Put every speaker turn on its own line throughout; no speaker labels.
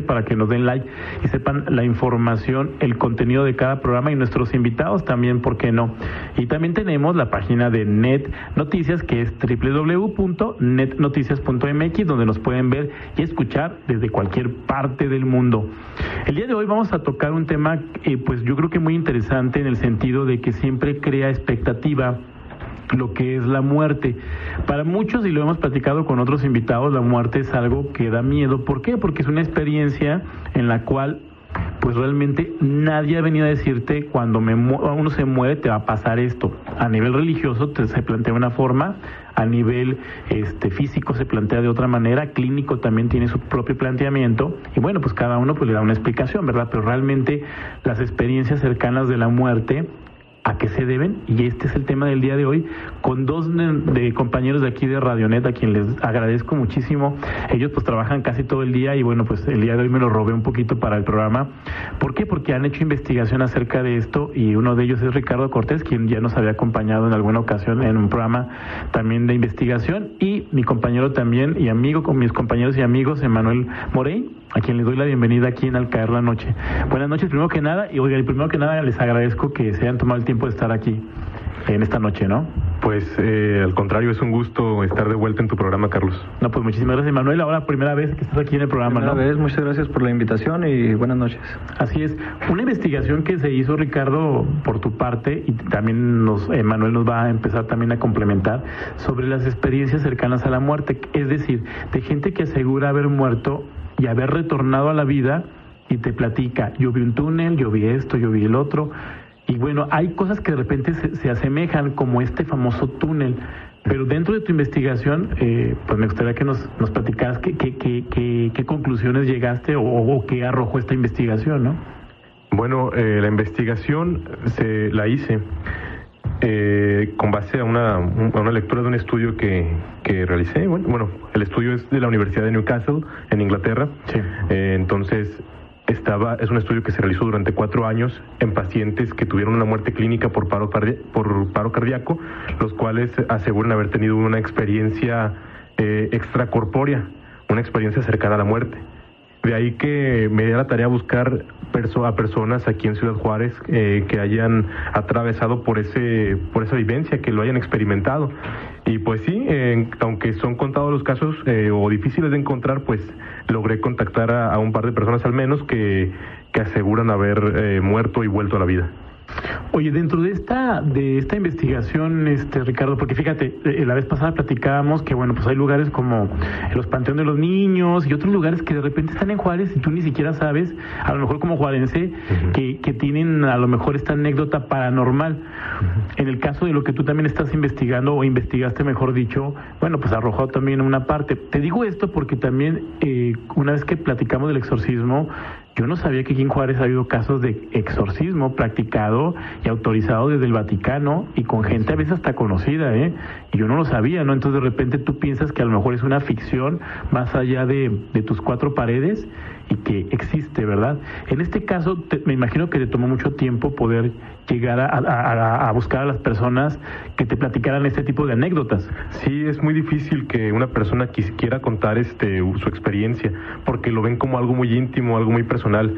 para que nos den like y sepan la información, el contenido de cada programa y nuestros invitados también, ¿por qué no? Y también tenemos la página de Net Noticias, que es www.netnoticias.mx, donde nos pueden ver y escuchar desde cualquier parte del mundo. El día de hoy vamos a tocar un tema, pues yo creo que muy interesante, en el sentido de que siempre crea expectativa lo que es la muerte. Para muchos, y lo hemos platicado con otros invitados, la muerte es algo que da miedo. ¿Por qué? Porque es una experiencia en la cual pues realmente nadie ha venido a decirte cuando uno se muere te va a pasar esto. A nivel religioso se plantea una forma, a nivel físico se plantea de otra manera, clínico también tiene su propio planteamiento, y bueno, pues cada uno pues le da una explicación, ¿verdad? Pero realmente las experiencias cercanas de la muerte, ¿a qué se deben? Y este es el tema del día de hoy, con dos de compañeros de aquí de Radionet, a quien les agradezco muchísimo. Ellos pues trabajan casi todo el día y bueno, pues el día de hoy me lo robé un poquito para el programa. ¿Por qué? Porque han hecho investigación acerca de esto, y uno de ellos es Ricardo Cortés, quien ya nos había acompañado en alguna ocasión en un programa también de investigación, y mi compañero también y amigo, con mis compañeros y amigos, Emanuel Morey, a quien les doy la bienvenida aquí en Al Caer la Noche. Buenas noches, primero que nada, y oiga, primero que nada les agradezco que se hayan tomado el tiempo de estar aquí en esta noche, ¿no?
Pues al contrario, es un gusto estar de vuelta en tu programa, Carlos.
No, pues muchísimas gracias, Manuel. Ahora primera vez que estás aquí en el programa,
primera
¿no?
vez, muchas gracias por la invitación y buenas noches.
Así es. Una investigación que se hizo, Ricardo, por tu parte, y también Manuel nos va a empezar también a complementar, sobre las experiencias cercanas a la muerte, es decir, de gente que asegura haber muerto y haber retornado a la vida y te platica, yo vi un túnel, yo vi esto, yo vi el otro. Y bueno, hay cosas que de repente se asemejan, como este famoso túnel. Pero dentro de tu investigación, pues me gustaría que nos platicaras qué conclusiones llegaste o qué arrojó esta investigación, ¿no?
Bueno, la investigación la hice con base a una lectura de un estudio que realicé. Bueno, el estudio es de la Universidad de Newcastle, en Inglaterra.
Sí.
Entonces, es un estudio que se realizó durante 4 años en pacientes que tuvieron una muerte clínica por paro cardíaco, los cuales aseguran haber tenido una experiencia extracorpórea, una experiencia cercana a la muerte. De ahí que me di la tarea a buscar a personas aquí en Ciudad Juárez que hayan atravesado por esa vivencia, que lo hayan experimentado. Y pues sí, aunque son contados los casos o difíciles de encontrar, pues logré contactar a un par de personas al menos que aseguran haber muerto y vuelto a la vida.
Oye, dentro de esta investigación, Ricardo, porque fíjate, la vez pasada platicábamos que bueno, pues hay lugares como los Panteón de los Niños y otros lugares que de repente están en Juárez y tú ni siquiera sabes, a lo mejor como juarense, uh-huh, que tienen a lo mejor esta anécdota paranormal. Uh-huh. En el caso de lo que tú también estás investigando, o investigaste mejor dicho, bueno, pues arrojado también una parte. Te digo esto porque también una vez que platicamos del exorcismo, yo no sabía que aquí en Juárez ha habido casos de exorcismo practicado y autorizado desde el Vaticano y con gente a veces hasta conocida, y yo no lo sabía, ¿no? Entonces de repente tú piensas que a lo mejor es una ficción más allá de tus 4 paredes y que existe, ¿verdad? En este caso, me imagino que te tomó mucho tiempo poder llegar a buscar a las personas que te platicaran este tipo de anécdotas.
Sí, es muy difícil que una persona quiera contar su experiencia, porque lo ven como algo muy íntimo, algo muy personal.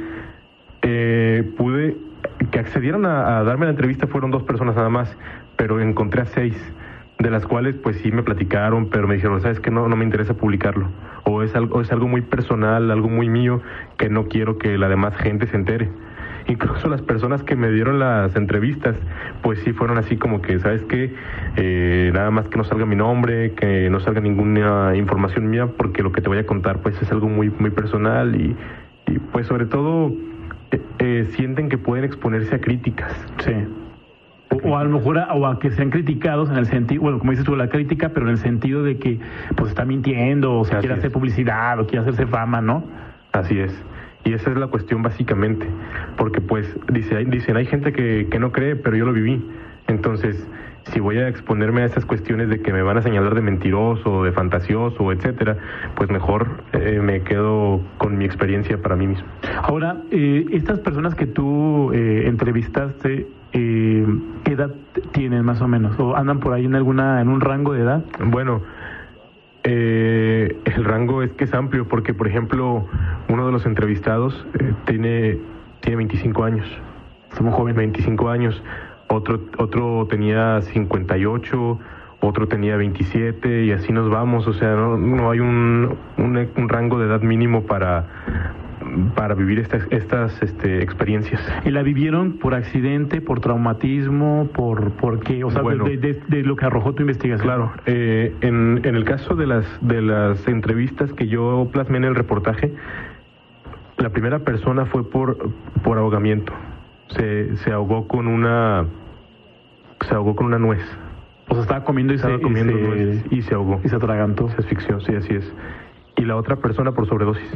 Que accedieran a darme la entrevista fueron 2 personas nada más, pero encontré a 6, de las cuales pues sí me platicaron, pero me dijeron, ¿sabes qué? No me interesa publicarlo, o es algo muy personal, algo muy mío, que no quiero que la demás gente se entere. Incluso las personas que me dieron las entrevistas, pues sí fueron así como que, ¿sabes qué? Nada más que no salga mi nombre, que no salga ninguna información mía, porque lo que te voy a contar pues es algo muy, muy personal y pues sobre todo sienten que pueden exponerse a críticas.
Sí. O a lo mejor a que sean criticados en el sentido, bueno, como dices tú, la crítica, pero en el sentido de que pues está mintiendo, o se quiere hacer publicidad, o quiere hacerse fama, ¿no?
Así es. Y esa es la cuestión básicamente, porque pues dicen, hay gente que no cree, pero yo lo viví. Entonces, si voy a exponerme a esas cuestiones de que me van a señalar de mentiroso, de fantasioso, etcétera, pues mejor me quedo con mi experiencia para mí mismo.
Ahora, estas personas que tú entrevistaste, ¿qué edad tienen más o menos? ¿O andan por ahí en un rango de edad?
Bueno, El rango es que es amplio porque, por ejemplo, uno de los entrevistados tiene 25 años.
Somos jóvenes.
25 años. Otro tenía 58, otro tenía 27 y así nos vamos. O sea, no hay un rango de edad mínimo para vivir estas experiencias.
¿Y la vivieron por accidente, por traumatismo, por qué? O sea, bueno, de lo que arrojó tu investigación.
Claro, en el caso de las entrevistas que yo plasmé en el reportaje, la primera persona fue por ahogamiento. Se ahogó con una nuez.
O sea, estaba comiendo
nuez y se ahogó.
Y se atragantó.
Se asfixió, sí, así es. Y la otra persona por sobredosis.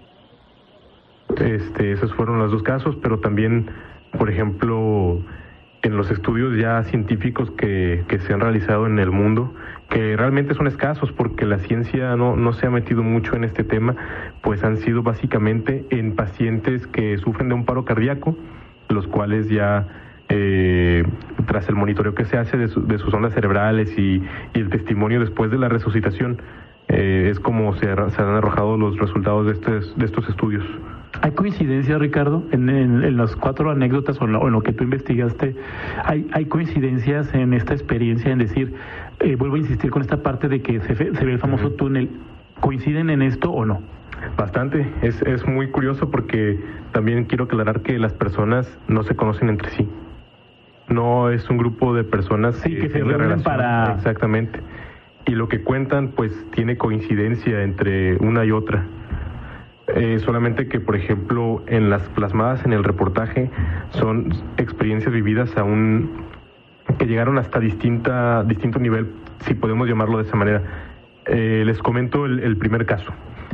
Esos fueron los dos casos, pero también, por ejemplo, en los estudios ya científicos que se han realizado en el mundo, que realmente son escasos porque la ciencia no se ha metido mucho en este tema, pues han sido básicamente en pacientes que sufren de un paro cardíaco, los cuales ya tras el monitoreo que se hace de sus ondas cerebrales y el testimonio después de la resucitación, es como se han arrojado los resultados de estos estudios.
¿Hay coincidencia, Ricardo, en las 4 anécdotas o en lo que tú investigaste? ¿Hay coincidencias en esta experiencia en decir, vuelvo a insistir con esta parte de que se ve el famoso túnel? ¿Coinciden en esto o no?
Bastante. Es muy curioso porque también quiero aclarar que las personas no se conocen entre sí. No es un grupo de personas
que se reúnen para...
Exactamente. Y lo que cuentan, pues, tiene coincidencia entre una y otra. Solamente que, por ejemplo, en las plasmadas en el reportaje son experiencias vividas que llegaron hasta distinto nivel, si podemos llamarlo de esa manera. Les comento el primer caso.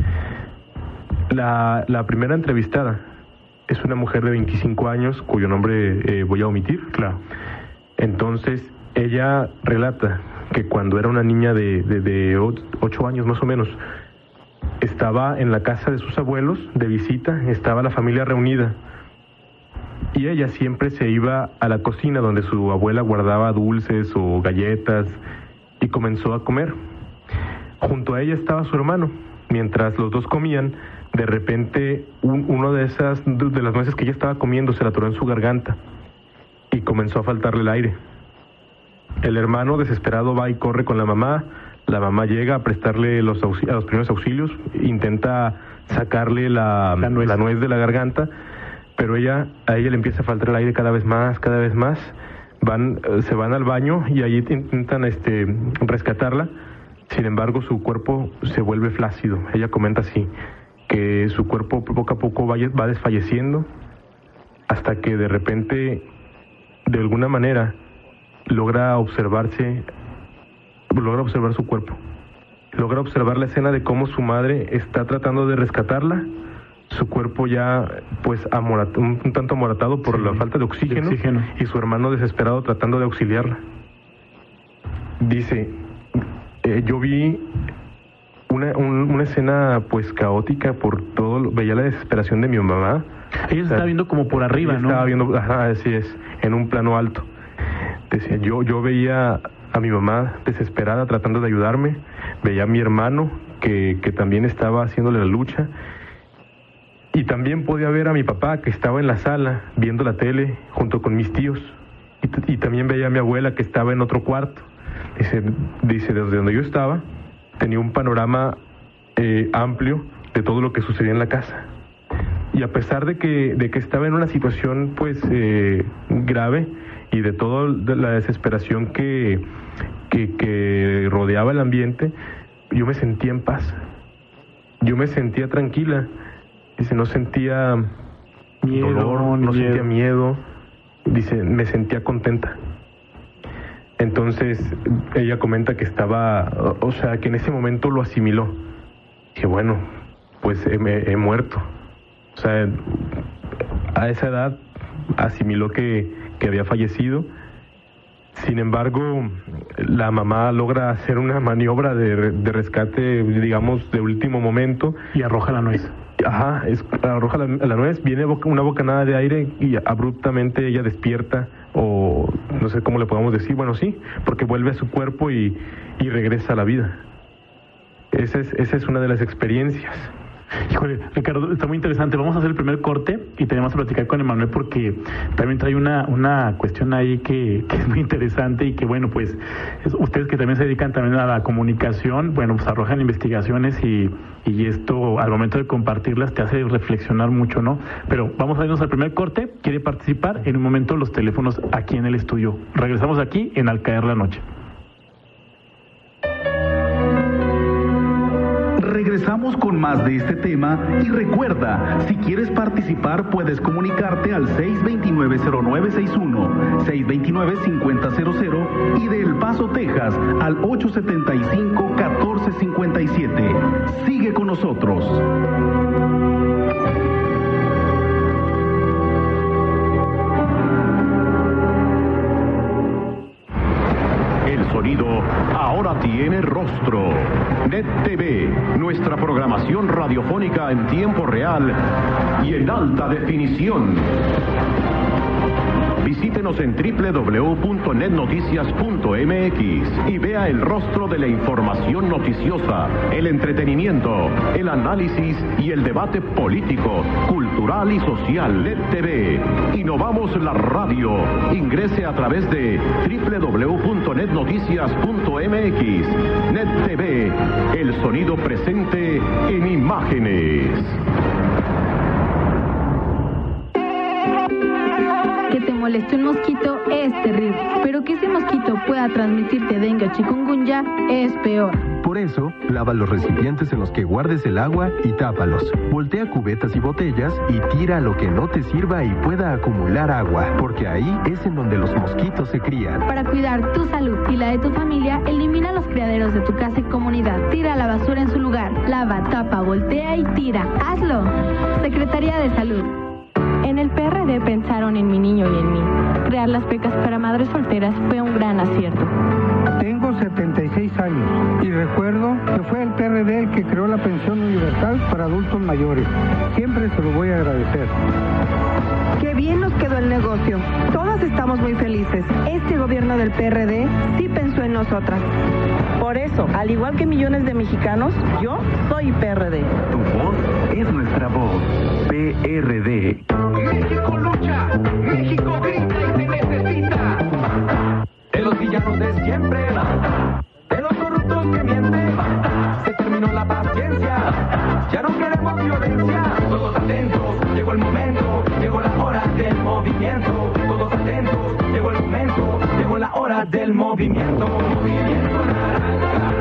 La primera entrevistada es una mujer de 25 años, cuyo nombre voy a omitir.
Claro.
Entonces, ella relata que cuando era una niña de 8 años más o menos, estaba en la casa de sus abuelos de visita, estaba la familia reunida y ella siempre se iba a la cocina donde su abuela guardaba dulces o galletas y comenzó a comer. Junto a ella estaba su hermano. Mientras los dos comían, de repente uno de las nueces que ella estaba comiendo se la atoró en su garganta y comenzó a faltarle el aire. El hermano desesperado va y corre con la mamá. La mamá llega a prestarle los primeros auxilios, intenta sacarle la nuez de la garganta, pero a ella le empieza a faltar el aire cada vez más. Se van al baño y ahí intentan rescatarla. Sin embargo, su cuerpo se vuelve flácido. Ella comenta así, que su cuerpo poco a poco va desfalleciendo hasta que de repente, de alguna manera, logra observar su cuerpo, logra observar la escena de cómo su madre está tratando de rescatarla, su cuerpo ya pues un tanto amoratado por la falta de oxígeno, y su hermano desesperado tratando de auxiliarla. Dice, yo vi una escena pues caótica por todo, veía la desesperación de mi mamá.
Ella se estaba viendo como por arriba, ¿no?
Estaba viendo, así es, en un plano alto. Decía, yo veía a mi mamá desesperada tratando de ayudarme, veía a mi hermano que también estaba haciéndole la lucha, y también podía ver a mi papá que estaba en la sala viendo la tele junto con mis tíos, y también veía a mi abuela que estaba en otro cuarto. Dice desde donde yo estaba tenía un panorama amplio de todo lo que sucedía en la casa, y a pesar de que estaba en una situación pues grave y de toda la desesperación que rodeaba el ambiente, yo me sentía en paz, yo me sentía tranquila. Dice, no sentía dolor, no sentía miedo, dice, me sentía contenta. Entonces ella comenta que que en ese momento lo asimiló. Dije, bueno, pues he muerto. O sea, a esa edad asimiló que había fallecido. Sin embargo, la mamá logra hacer una maniobra de rescate, digamos, de último momento.
Y arroja la nuez.
Arroja la nuez, viene una bocanada de aire y abruptamente ella despierta, o no sé cómo le podamos decir, bueno, sí, porque vuelve a su cuerpo y regresa a la vida. Esa es una de las experiencias.
Híjole, Ricardo, está muy interesante. Vamos a hacer el primer corte y tenemos que platicar con Emanuel porque también trae una cuestión ahí que es muy interesante y que, bueno, pues ustedes que también se dedican también a la comunicación, bueno, pues arrojan investigaciones y esto al momento de compartirlas te hace reflexionar mucho, ¿no? Pero vamos a irnos al primer corte. ¿Quiere participar? En un momento los teléfonos aquí en el estudio. Regresamos aquí en Al Caer la Noche.
Regresamos con más de este tema y recuerda, si quieres participar puedes comunicarte al 629-0961, 629-5000 y de El Paso, Texas al 875-1457. Sigue con nosotros.
El sonido ahora tiene rostro. Net TV, nuestra programación radiofónica en tiempo real y en alta definición. Visítenos en www.netnoticias.mx y vea el rostro de la información noticiosa, el entretenimiento, el análisis y el debate político, cultural y social. Net TV. Innovamos la radio. Ingrese a través de www.netnoticias.mx. Net TV. El sonido presente en imágenes.
Que te moleste un mosquito es terrible, pero que ese mosquito pueda transmitirte dengue o chikungunya es peor.
Por eso, lava los recipientes en los que guardes el agua y tápalos. Voltea cubetas y botellas y tira lo que no te sirva y pueda acumular agua, porque ahí es en donde los mosquitos se crían.
Para cuidar tu salud y la de tu familia, elimina los criaderos de tu casa y comunidad. Tira la basura en su lugar. Lava, tapa, voltea y tira. ¡Hazlo! Secretaría de Salud. En el PRD pensaron en mi niño y en mí. Crear las becas para madres solteras fue un gran acierto.
Tengo 76 años y recuerdo que fue el PRD el que creó la pensión universal para adultos mayores. Siempre se lo voy a agradecer.
Qué bien nos quedó el negocio. Todas estamos muy felices. Este gobierno del PRD sí pensó en nosotras. Por eso, al igual que millones de mexicanos, yo soy PRD.
Tu voz es nuestra voz. PRD.
México lucha, México grita y te necesita. De los villanos de siempre, de los corruptos que mienten, se terminó la paciencia, ya no queremos violencia. Todos atentos, llegó el momento, llegó la hora del movimiento. Todos atentos, llegó el momento, llegó la hora del movimiento. Movimiento naranja,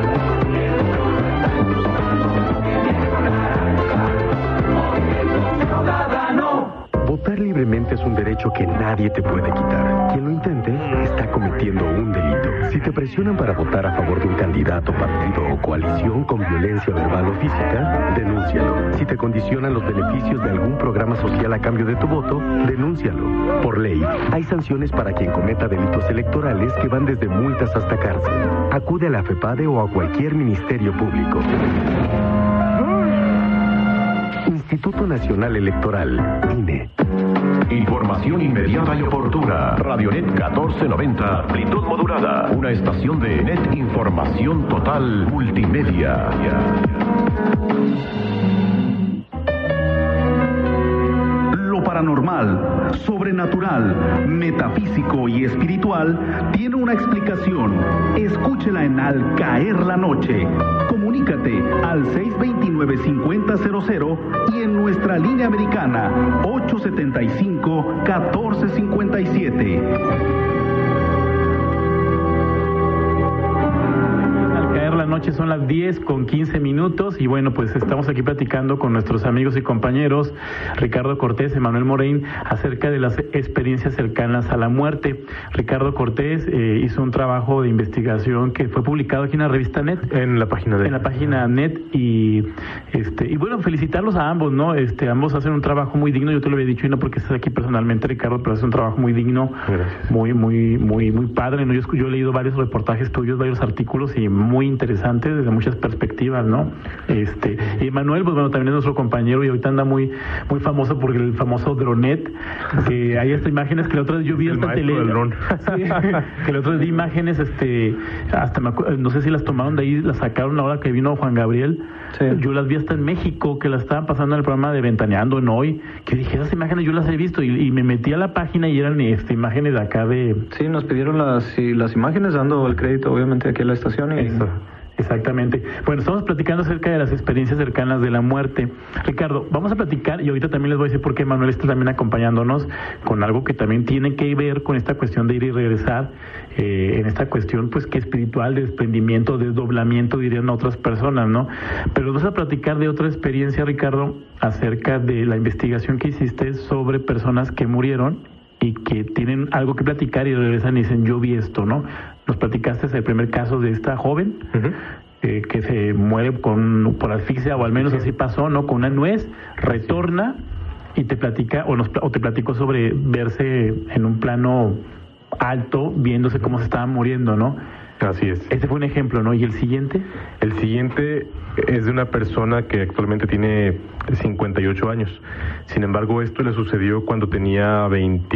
movimiento naranja, movimiento ciudadano.
Votar libremente es un derecho que nadie te puede quitar. Quien lo intente está cometiendo un delito. Si te presionan para votar a favor de un candidato, partido o coalición con violencia verbal o física, denúncialo. Si te condicionan los beneficios de algún programa social a cambio de tu voto, denúncialo. Por ley, hay sanciones para quien cometa delitos electorales que van desde multas hasta cárcel. Acude a la FEPADE o a cualquier ministerio público. Instituto Nacional Electoral, INE.
Información inmediata y oportuna. Radionet 1490, amplitud modulada. Una estación de Net Información Total Multimedia.
Lo paranormal, sobrenatural, metafísico y espiritual tiene una explicación. Escúchela en Al Caer la Noche. Comunícate al 629-5000 y en nuestra línea americana 875-1457.
Noche son las 10:15 y bueno, pues estamos aquí platicando con nuestros amigos y compañeros Ricardo Cortés, Emanuel Morein, acerca de las experiencias cercanas a la muerte. Ricardo Cortés hizo un trabajo de investigación que fue publicado aquí en la revista Net.
En la página
Net y bueno, felicitarlos a ambos, ¿no? Ambos hacen un trabajo muy digno, yo te lo había dicho y no porque estés aquí personalmente, Ricardo, pero hacen un trabajo muy digno. Gracias. Muy padre, ¿no? Yo he leído varios reportajes tuyos, varios artículos y muy interesante interesante desde muchas perspectivas, ¿no? Y Manuel, pues bueno, también es nuestro compañero y ahorita anda muy famoso porque el famoso Dronet, que hay hasta imágenes que la otra vez yo vi hasta tele. Sí, que la otra vez vi imágenes, hasta no sé si las tomaron de ahí, las sacaron ahora que vino Juan Gabriel. Sí. Yo las vi hasta en México, que las estaban pasando en el programa de Ventaneando en Hoy, que dije, esas imágenes yo las he visto, y me metí a la página y eran imágenes de acá de...
Sí, nos pidieron las imágenes, dando el crédito obviamente aquí a la estación. Y...
Eso. Exactamente. Bueno, estamos platicando acerca de las experiencias cercanas de la muerte. Ricardo, vamos a platicar, y ahorita también les voy a decir por qué Manuel está también acompañándonos con algo que también tiene que ver con esta cuestión de ir y regresar, en esta cuestión pues que espiritual, de desprendimiento, desdoblamiento, dirían otras personas, ¿no? Pero vamos a platicar de otra experiencia, Ricardo, acerca de la investigación que hiciste sobre personas que murieron y que tienen algo que platicar y regresan y dicen, yo vi esto, ¿no? Nos platicaste el primer caso de esta joven, que se muere por asfixia, o al menos así pasó, ¿no? Con una nuez, retorna y te platica, o te platicó sobre verse en un plano alto, viéndose cómo se estaba muriendo, ¿no?
Así es.
Este fue un ejemplo, ¿no? ¿Y el siguiente?
El siguiente es de una persona que actualmente tiene 58 años. Sin embargo, esto le sucedió cuando tenía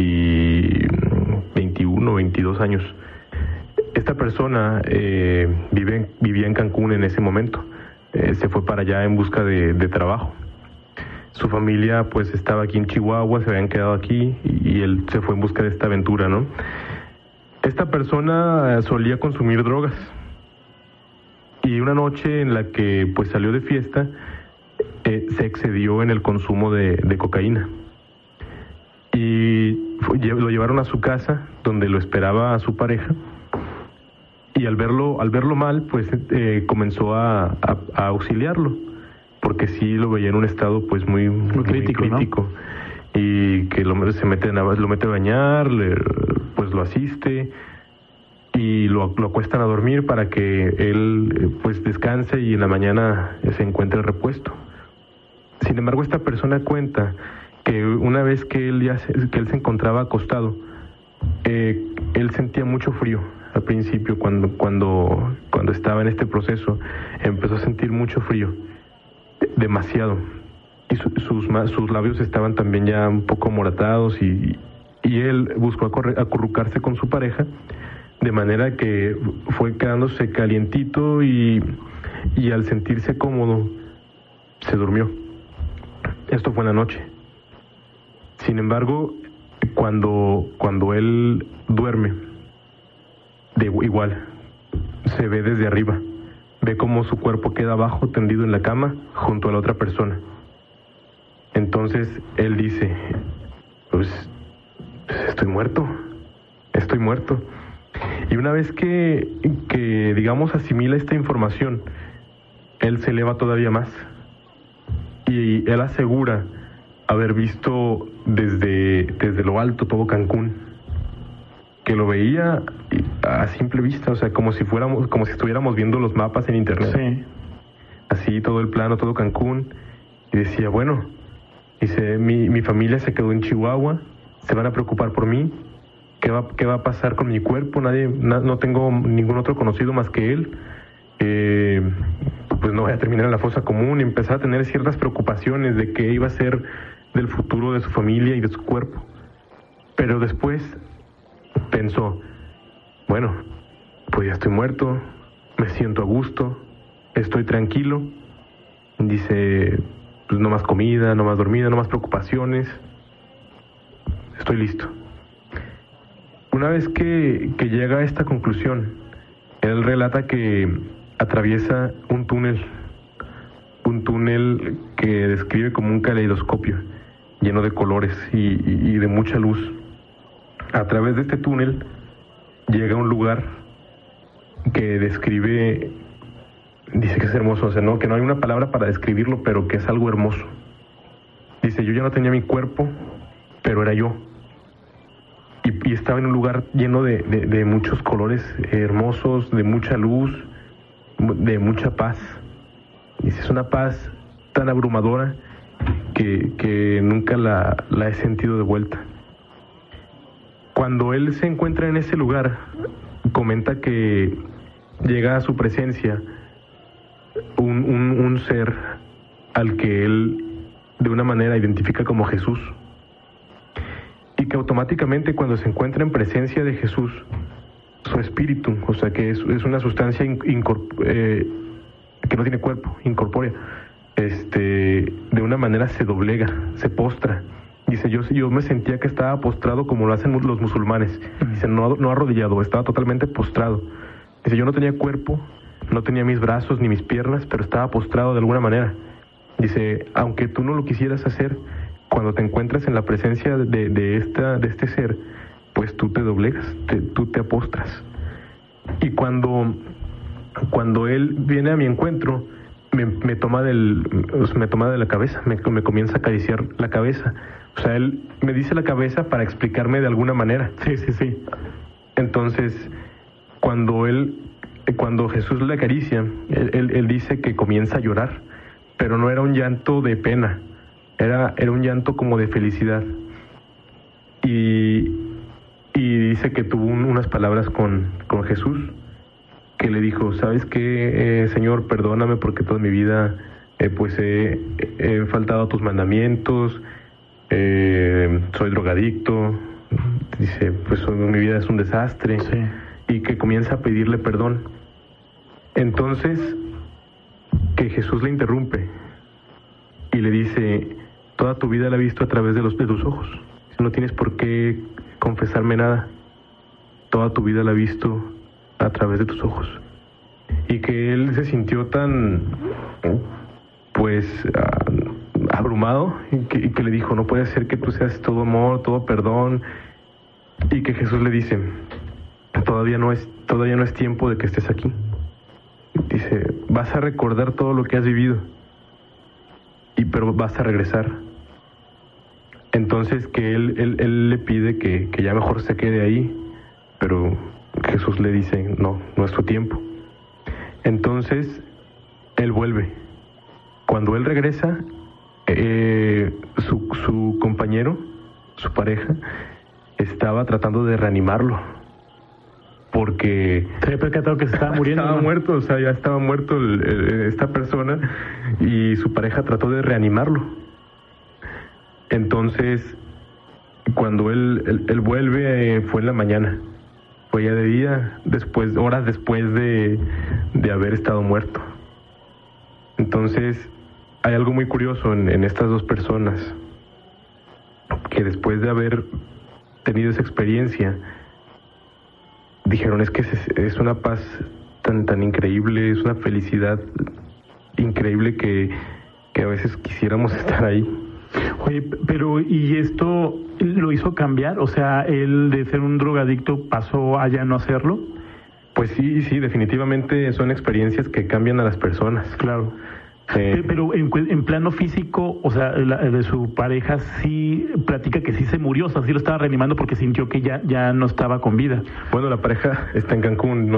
21, 22 años. Esta persona vivía en Cancún en ese momento. Se fue para allá en busca de trabajo. Su familia pues estaba aquí en Chihuahua, se habían quedado aquí y él se fue en busca de esta aventura, ¿no? Esta persona solía consumir drogas, y una noche en la que pues salió de fiesta, se excedió en el consumo de cocaína, y lo llevaron a su casa donde lo esperaba a su pareja, y al verlo mal pues comenzó a auxiliarlo, porque sí lo veía en un estado pues muy crítico, ¿no? Y que lo mete a bañar, pues lo asiste y lo acuestan a dormir para que él pues descanse y en la mañana se encuentre repuesto. Sin embargo, esta persona cuenta que una vez que él se encontraba acostado, él sentía mucho frío. Al principio, cuando estaba en este proceso, empezó a sentir mucho frío, demasiado. Y sus labios estaban también ya un poco amoratados, y él buscó acurrucarse con su pareja, de manera que fue quedándose calientito y al sentirse cómodo se durmió. Esto fue en la noche. Sin embargo, cuando él duerme, igual se ve desde arriba, ve cómo su cuerpo queda abajo, tendido en la cama junto a la otra persona. Entonces él dice, pues estoy muerto. Y una vez que digamos asimila esta información, él se eleva todavía más, y él asegura haber visto desde lo alto todo Cancún, que lo veía a simple vista, o sea, como si estuviéramos viendo los mapas en internet.
Sí.
Así todo el plano, todo Cancún, y decía, bueno, dice, mi familia se quedó en Chihuahua, se van a preocupar por mí, ¿qué va a pasar con mi cuerpo? No tengo ningún otro conocido más que él, pues no voy a terminar en la fosa común. Y empezó a tener ciertas preocupaciones de qué iba a ser del futuro de su familia y de su cuerpo. Pero después pensó, bueno, pues ya estoy muerto, me siento a gusto, estoy tranquilo. Dice, pues no más comida, no más dormida, no más preocupaciones, estoy listo. Una vez que llega a esta conclusión, él relata que atraviesa un túnel que describe como un caleidoscopio lleno de colores y de mucha luz. A través de este túnel llega a un lugar que describe, dice que es hermoso, o sea, no, que no hay una palabra para describirlo, pero que es algo hermoso. Dice, yo ya no tenía mi cuerpo, pero era yo. Y estaba en un lugar lleno de muchos colores hermosos, de mucha luz, de mucha paz. Dice, es una paz tan abrumadora que nunca la he sentido de vuelta. Cuando él se encuentra en ese lugar, comenta que llega a su presencia un ser al que él de una manera identifica como Jesús, y que automáticamente cuando se encuentra en presencia de Jesús, su espíritu, o sea que es una sustancia que no tiene cuerpo, incorpórea, de una manera se doblega, se postra. Dice, yo me sentía que estaba postrado como lo hacen los musulmanes. Dice, no arrodillado, estaba totalmente postrado. Dice, yo no tenía cuerpo, no tenía mis brazos ni mis piernas, pero estaba postrado de alguna manera. Dice, aunque tú no lo quisieras hacer, cuando te encuentras en la presencia de este ser, pues tú te doblegas, tú te apostras. Y cuando él viene a mi encuentro, me toma de la cabeza, me comienza a acariciar la cabeza. O sea, él me dice la cabeza para explicarme de alguna manera. Sí. Entonces, cuando Jesús le acaricia, él dice que comienza a llorar, pero no era un llanto de pena, era un llanto como de felicidad. Y dice que tuvo unas palabras con Jesús, que le dijo, ¿sabes qué, Señor? Perdóname porque toda mi vida pues he faltado a tus mandamientos, soy drogadicto, dice, pues mi vida es un desastre, sí. Y que comienza a pedirle perdón. Entonces, que Jesús le interrumpe y le dice, toda tu vida la he visto a través de tus ojos, no tienes por qué confesarme nada, toda tu vida la he visto a través de tus ojos. Y que él se sintió tan abrumado y que le dijo, no puede ser que tú seas todo amor, todo perdón. Y que Jesús le dice, todavía no es tiempo de que estés aquí. Dice, vas a recordar todo lo que has vivido, pero vas a regresar. Entonces que él le pide que ya mejor se quede ahí, pero Jesús le dice, no es tu tiempo. Entonces él vuelve. Cuando él regresa, su compañero, su pareja, estaba tratando de reanimarlo, porque
se había percatado que se estaba muriendo.
Estaba muerto, o sea, ya estaba muerto esta persona, y su pareja trató de reanimarlo. Entonces, cuando él vuelve, fue en la mañana, fue ya de día, horas después de haber estado muerto. Entonces, hay algo muy curioso en estas dos personas, que después de haber tenido esa experiencia, dijeron, es que es una paz tan increíble, es una felicidad increíble que a veces quisiéramos estar ahí.
Oye, pero ¿y esto lo hizo cambiar? O sea, él de ser un drogadicto pasó a ya no hacerlo.
Pues sí, definitivamente son experiencias que cambian a las personas.
Claro. Pero en plano físico, o sea, de su pareja sí platica que sí se murió, o sea, sí lo estaba reanimando porque sintió que ya no estaba con vida.
Bueno, la pareja está en Cancún,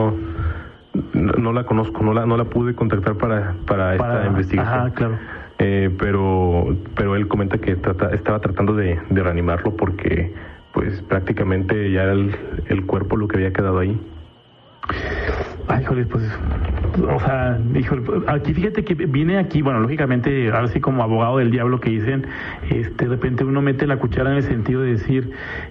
no la conozco, no la pude contactar para esta investigación.
Ajá, claro.
Pero él comenta que estaba tratando de reanimarlo porque pues prácticamente ya era el cuerpo lo que había quedado ahí.
Ay, híjole, pues, o sea, híjole, aquí fíjate que viene aquí, bueno, lógicamente, ahora sí como abogado del diablo que dicen, de repente uno mete la cuchara en el sentido de decir,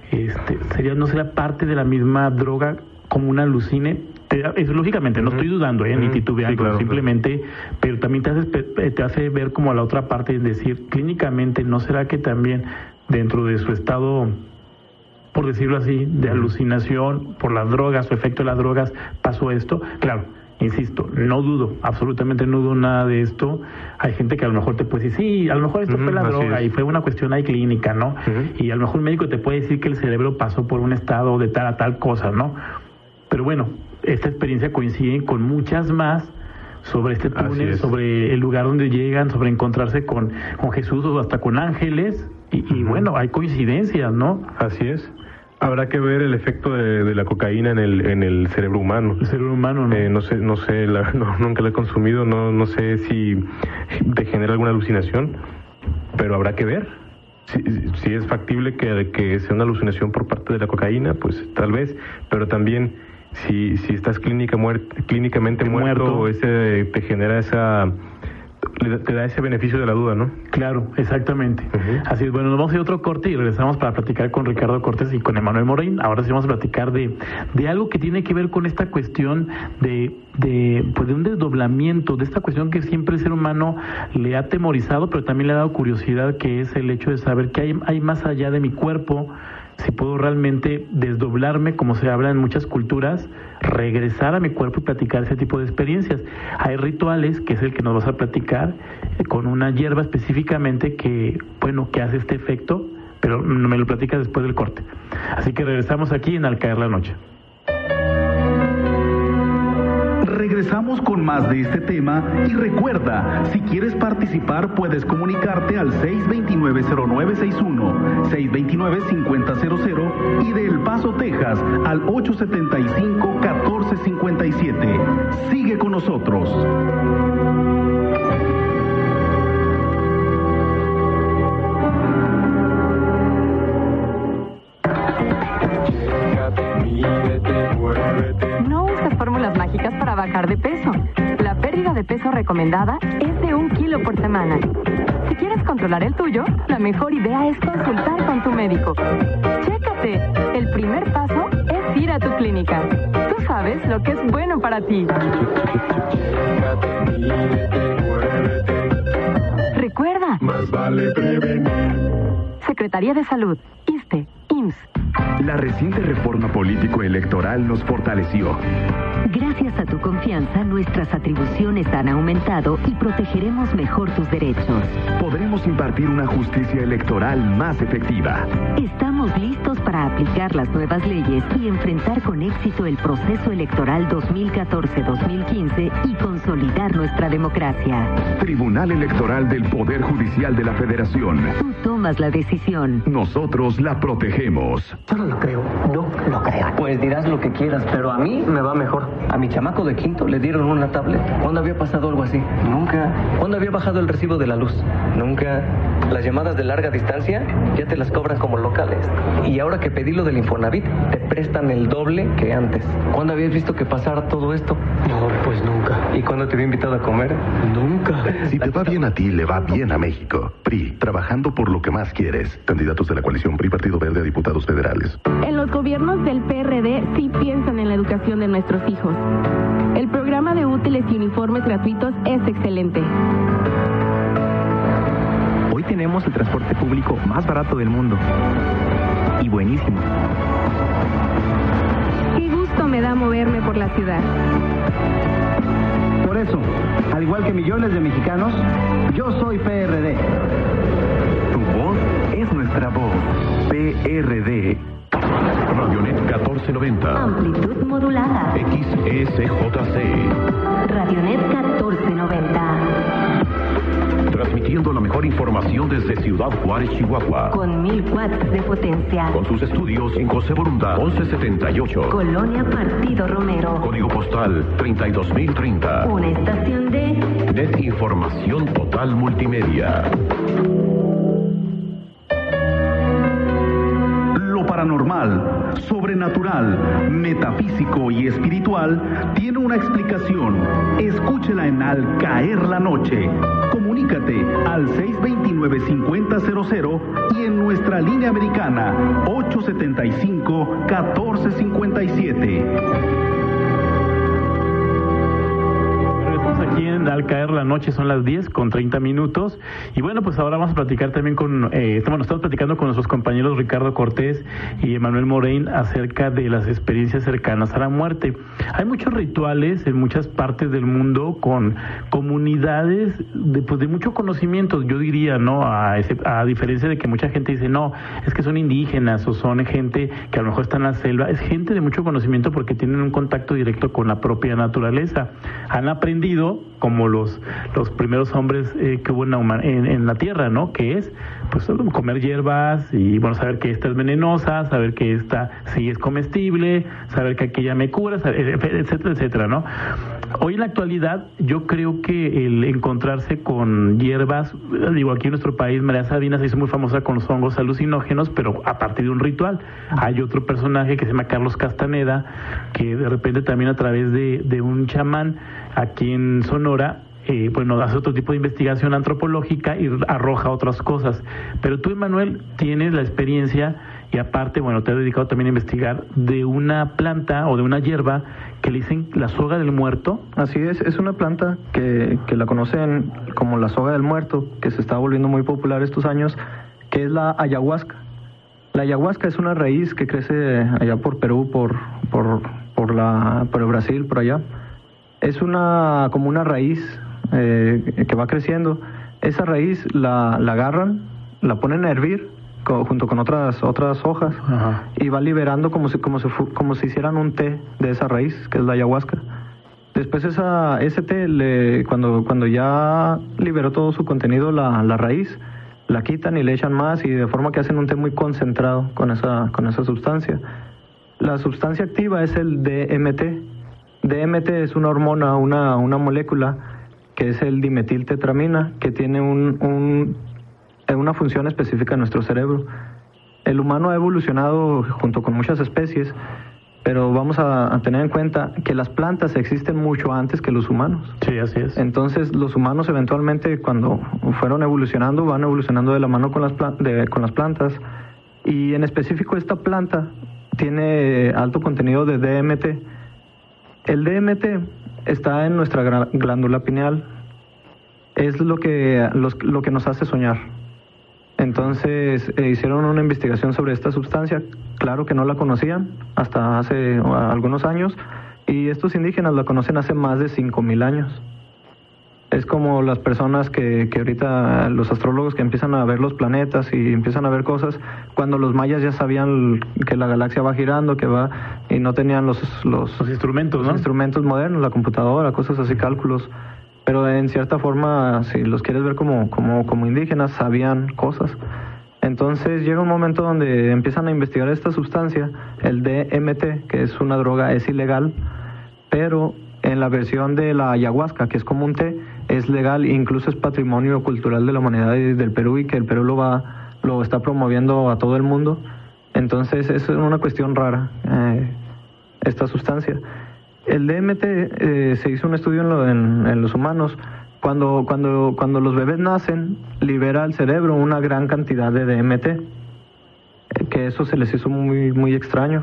no será parte de la misma droga como una alucine. Eso lógicamente, no estoy dudando, ni titubeando, sí, claro, simplemente, pero también te hace ver como a la otra parte, es decir, clínicamente, ¿no será que también dentro de su estado, por decirlo así, de alucinación por las drogas o efecto de las drogas, pasó esto? Claro, insisto, no dudo, absolutamente no dudo nada de esto. Hay gente que a lo mejor te puede decir, sí, a lo mejor esto fue la droga y fue una cuestión ahí clínica, ¿no? Y a lo mejor un médico te puede decir que el cerebro pasó por un estado de tal a tal cosa, ¿no? Pero bueno, esta experiencia coincide con muchas más sobre este túnel, sobre el lugar donde llegan, sobre encontrarse con Jesús o hasta con ángeles, y bueno, hay coincidencias, ¿no?
Así es. Habrá que ver el efecto de la cocaína en el cerebro humano. El cerebro humano, ¿no? No sé, nunca la he consumido, no sé si te genera alguna alucinación, pero habrá que ver. Si es factible que sea una alucinación por parte de la cocaína, pues tal vez, pero también si estás clínicamente muerto, ese te genera te da ese beneficio de la duda, ¿no?
Claro, exactamente. Así es. Bueno, nos vamos a ir a otro corte y regresamos para platicar con Ricardo Cortés y con Emanuel Morein. Ahora sí vamos a platicar de algo que tiene que ver con esta cuestión de un desdoblamiento, de esta cuestión que siempre el ser humano le ha atemorizado, pero también le ha dado curiosidad, que es el hecho de saber que hay más allá de mi cuerpo, si puedo realmente desdoblarme, como se habla en muchas culturas, regresar a mi cuerpo y platicar ese tipo de experiencias. Hay rituales, que es el que nos vas a platicar, con una hierba específicamente que hace este efecto, pero me lo platicas después del corte. Así que regresamos aquí en Al Caer la Noche.
Regresamos con más de este tema y recuerda, si quieres participar puedes comunicarte al 629-0961, 629-5000 y de El Paso, Texas al 875-1457. Sigue con nosotros.
No uses fórmulas mágicas para bajar de peso. La pérdida de peso recomendada es de 1 kilo por semana. Si quieres controlar el tuyo, la mejor idea es consultar con tu médico. Chécate. El primer paso es ir a tu clínica. Tú sabes lo que es bueno para ti. Recuerda.
Más vale prevenir.
Secretaría de Salud, ISSSTE, IMSS.
La reciente reforma político-electoral nos fortaleció.
Gracias a tu confianza, nuestras atribuciones han aumentado y protegeremos mejor tus derechos.
Podremos impartir una justicia electoral más efectiva.
Estamos listos para aplicar las nuevas leyes y enfrentar con éxito el proceso electoral 2014-2015 y consolidar nuestra democracia.
Tribunal Electoral del Poder Judicial de la Federación.
Tú tomas la decisión.
Nosotros la protegemos.
Yo no lo creo, no lo creo. Pues dirás lo que quieras, pero a mí me va mejor. A mi chamaco de quinto le dieron una tablet. ¿Cuándo había pasado algo así? Nunca. ¿Cuándo había bajado el recibo de la luz? Nunca. Las llamadas de larga distancia ya te las cobran como locales. Y ahora que pedí lo del Infonavit, te prestan el doble que antes. ¿Cuándo habías visto que pasara todo esto? No, pues nunca. ¿Y cuándo te había invitado a comer? Nunca.
Si te va bien a ti, le va bien a México. PRI, trabajando por lo que más quieres. Candidatos de la coalición PRI Partido Verde a diputados federales.
En los gobiernos del PRD sí piensan en la educación de nuestros hijos. El programa de útiles y uniformes gratuitos es excelente.
Hoy tenemos el transporte público más barato del mundo. Y buenísimo.
Qué gusto me da moverme por la ciudad.
Por eso, al igual que millones de mexicanos, yo soy PRD.
Tu voz es nuestra voz. PRD. Radionet 1490.
Amplitud modulada.
XSJC.
Radionet 1490.
Transmitiendo la mejor información desde Ciudad Juárez, Chihuahua.
Con 1000 watts de potencia.
Con sus estudios en José Borunda, 1178.
Colonia Partido Romero.
Código postal 32030.
Una estación de
Net Información Total Multimedia.
Paranormal, sobrenatural, metafísico y espiritual tiene una explicación. Escúchela en Al Caer la Noche. Comunícate al 629-5000 y en nuestra línea americana 875-1457.
Aquí en Al Caer la Noche son las 10:30 y bueno, pues ahora vamos a platicar también estamos platicando con nuestros compañeros Ricardo Cortés y Emanuel Morein acerca de las experiencias cercanas a la muerte. Hay muchos rituales en muchas partes del mundo con comunidades de mucho conocimiento, yo diría, ¿no? A diferencia de que mucha gente dice, no, es que son indígenas o son gente que a lo mejor está en la selva, es gente de mucho conocimiento porque tienen un contacto directo con la propia naturaleza. Han aprendido como los primeros hombres que hubo en la tierra, ¿no? Que es pues comer hierbas y bueno, saber que esta es venenosa, saber que esta sí es comestible, saber que aquella me cura, etcétera, etcétera, ¿no? Hoy en la actualidad yo creo que el encontrarse con hierbas, digo, aquí en nuestro país María Sabina se hizo muy famosa con los hongos alucinógenos, pero a partir de un ritual. Hay otro personaje que se llama Carlos Castaneda, que de repente también a través de un chamán aquí en Sonora, hace otro tipo de investigación antropológica y arroja otras cosas. Pero tú, Emanuel, tienes la experiencia y aparte, te has dedicado también a investigar de una planta o de una hierba que le dicen la soga del muerto.
Así es una planta que la conocen como la soga del muerto, que se está volviendo muy popular estos años, que es la ayahuasca. La ayahuasca es una raíz que crece allá por Perú, por el Brasil, por allá. Es como una raíz que va creciendo. Esa raíz la agarran, la ponen a hervir junto con otras hojas. Ajá. Y va liberando como si hicieran un té de esa raíz, que es la ayahuasca. Después ese té, cuando ya liberó todo su contenido la raíz, la quitan y le echan más, y de forma que hacen un té muy concentrado con esa sustancia. La sustancia activa es el DMT. DMT es una hormona, una molécula que es el dimetiltetramina, que tiene una función específica en nuestro cerebro. El humano ha evolucionado junto con muchas especies, pero vamos a tener en cuenta que las plantas existen mucho antes que los humanos.
Sí, así es.
Entonces los humanos eventualmente, cuando fueron evolucionando, van evolucionando de la mano con las plantas, y en específico esta planta tiene alto contenido de DMT. El DMT está en nuestra glándula pineal. Es lo que nos hace soñar. Entonces hicieron una investigación sobre esta sustancia. Claro que no la conocían hasta hace algunos años, y estos indígenas la conocen hace más de 5,000 años. Es como las personas que ahorita, los astrólogos que empiezan a ver los planetas y empiezan a ver cosas, cuando los mayas ya sabían que la galaxia va girando, y no tenían los
instrumentos,
los instrumentos modernos, la computadora, cosas así, cálculos. Pero en cierta forma, si los quieres ver como indígenas, sabían cosas. Entonces llega un momento donde empiezan a investigar esta sustancia, el DMT, que es una droga, es ilegal, pero en la versión de la ayahuasca, que es como un té, es legal, incluso es patrimonio cultural de la humanidad y del Perú, y que el Perú lo está promoviendo a todo el mundo. Entonces es una cuestión rara, esta sustancia. El DMT se hizo un estudio en los humanos. Cuando los bebés nacen, libera al cerebro una gran cantidad de DMT, que eso se les hizo muy, muy extraño.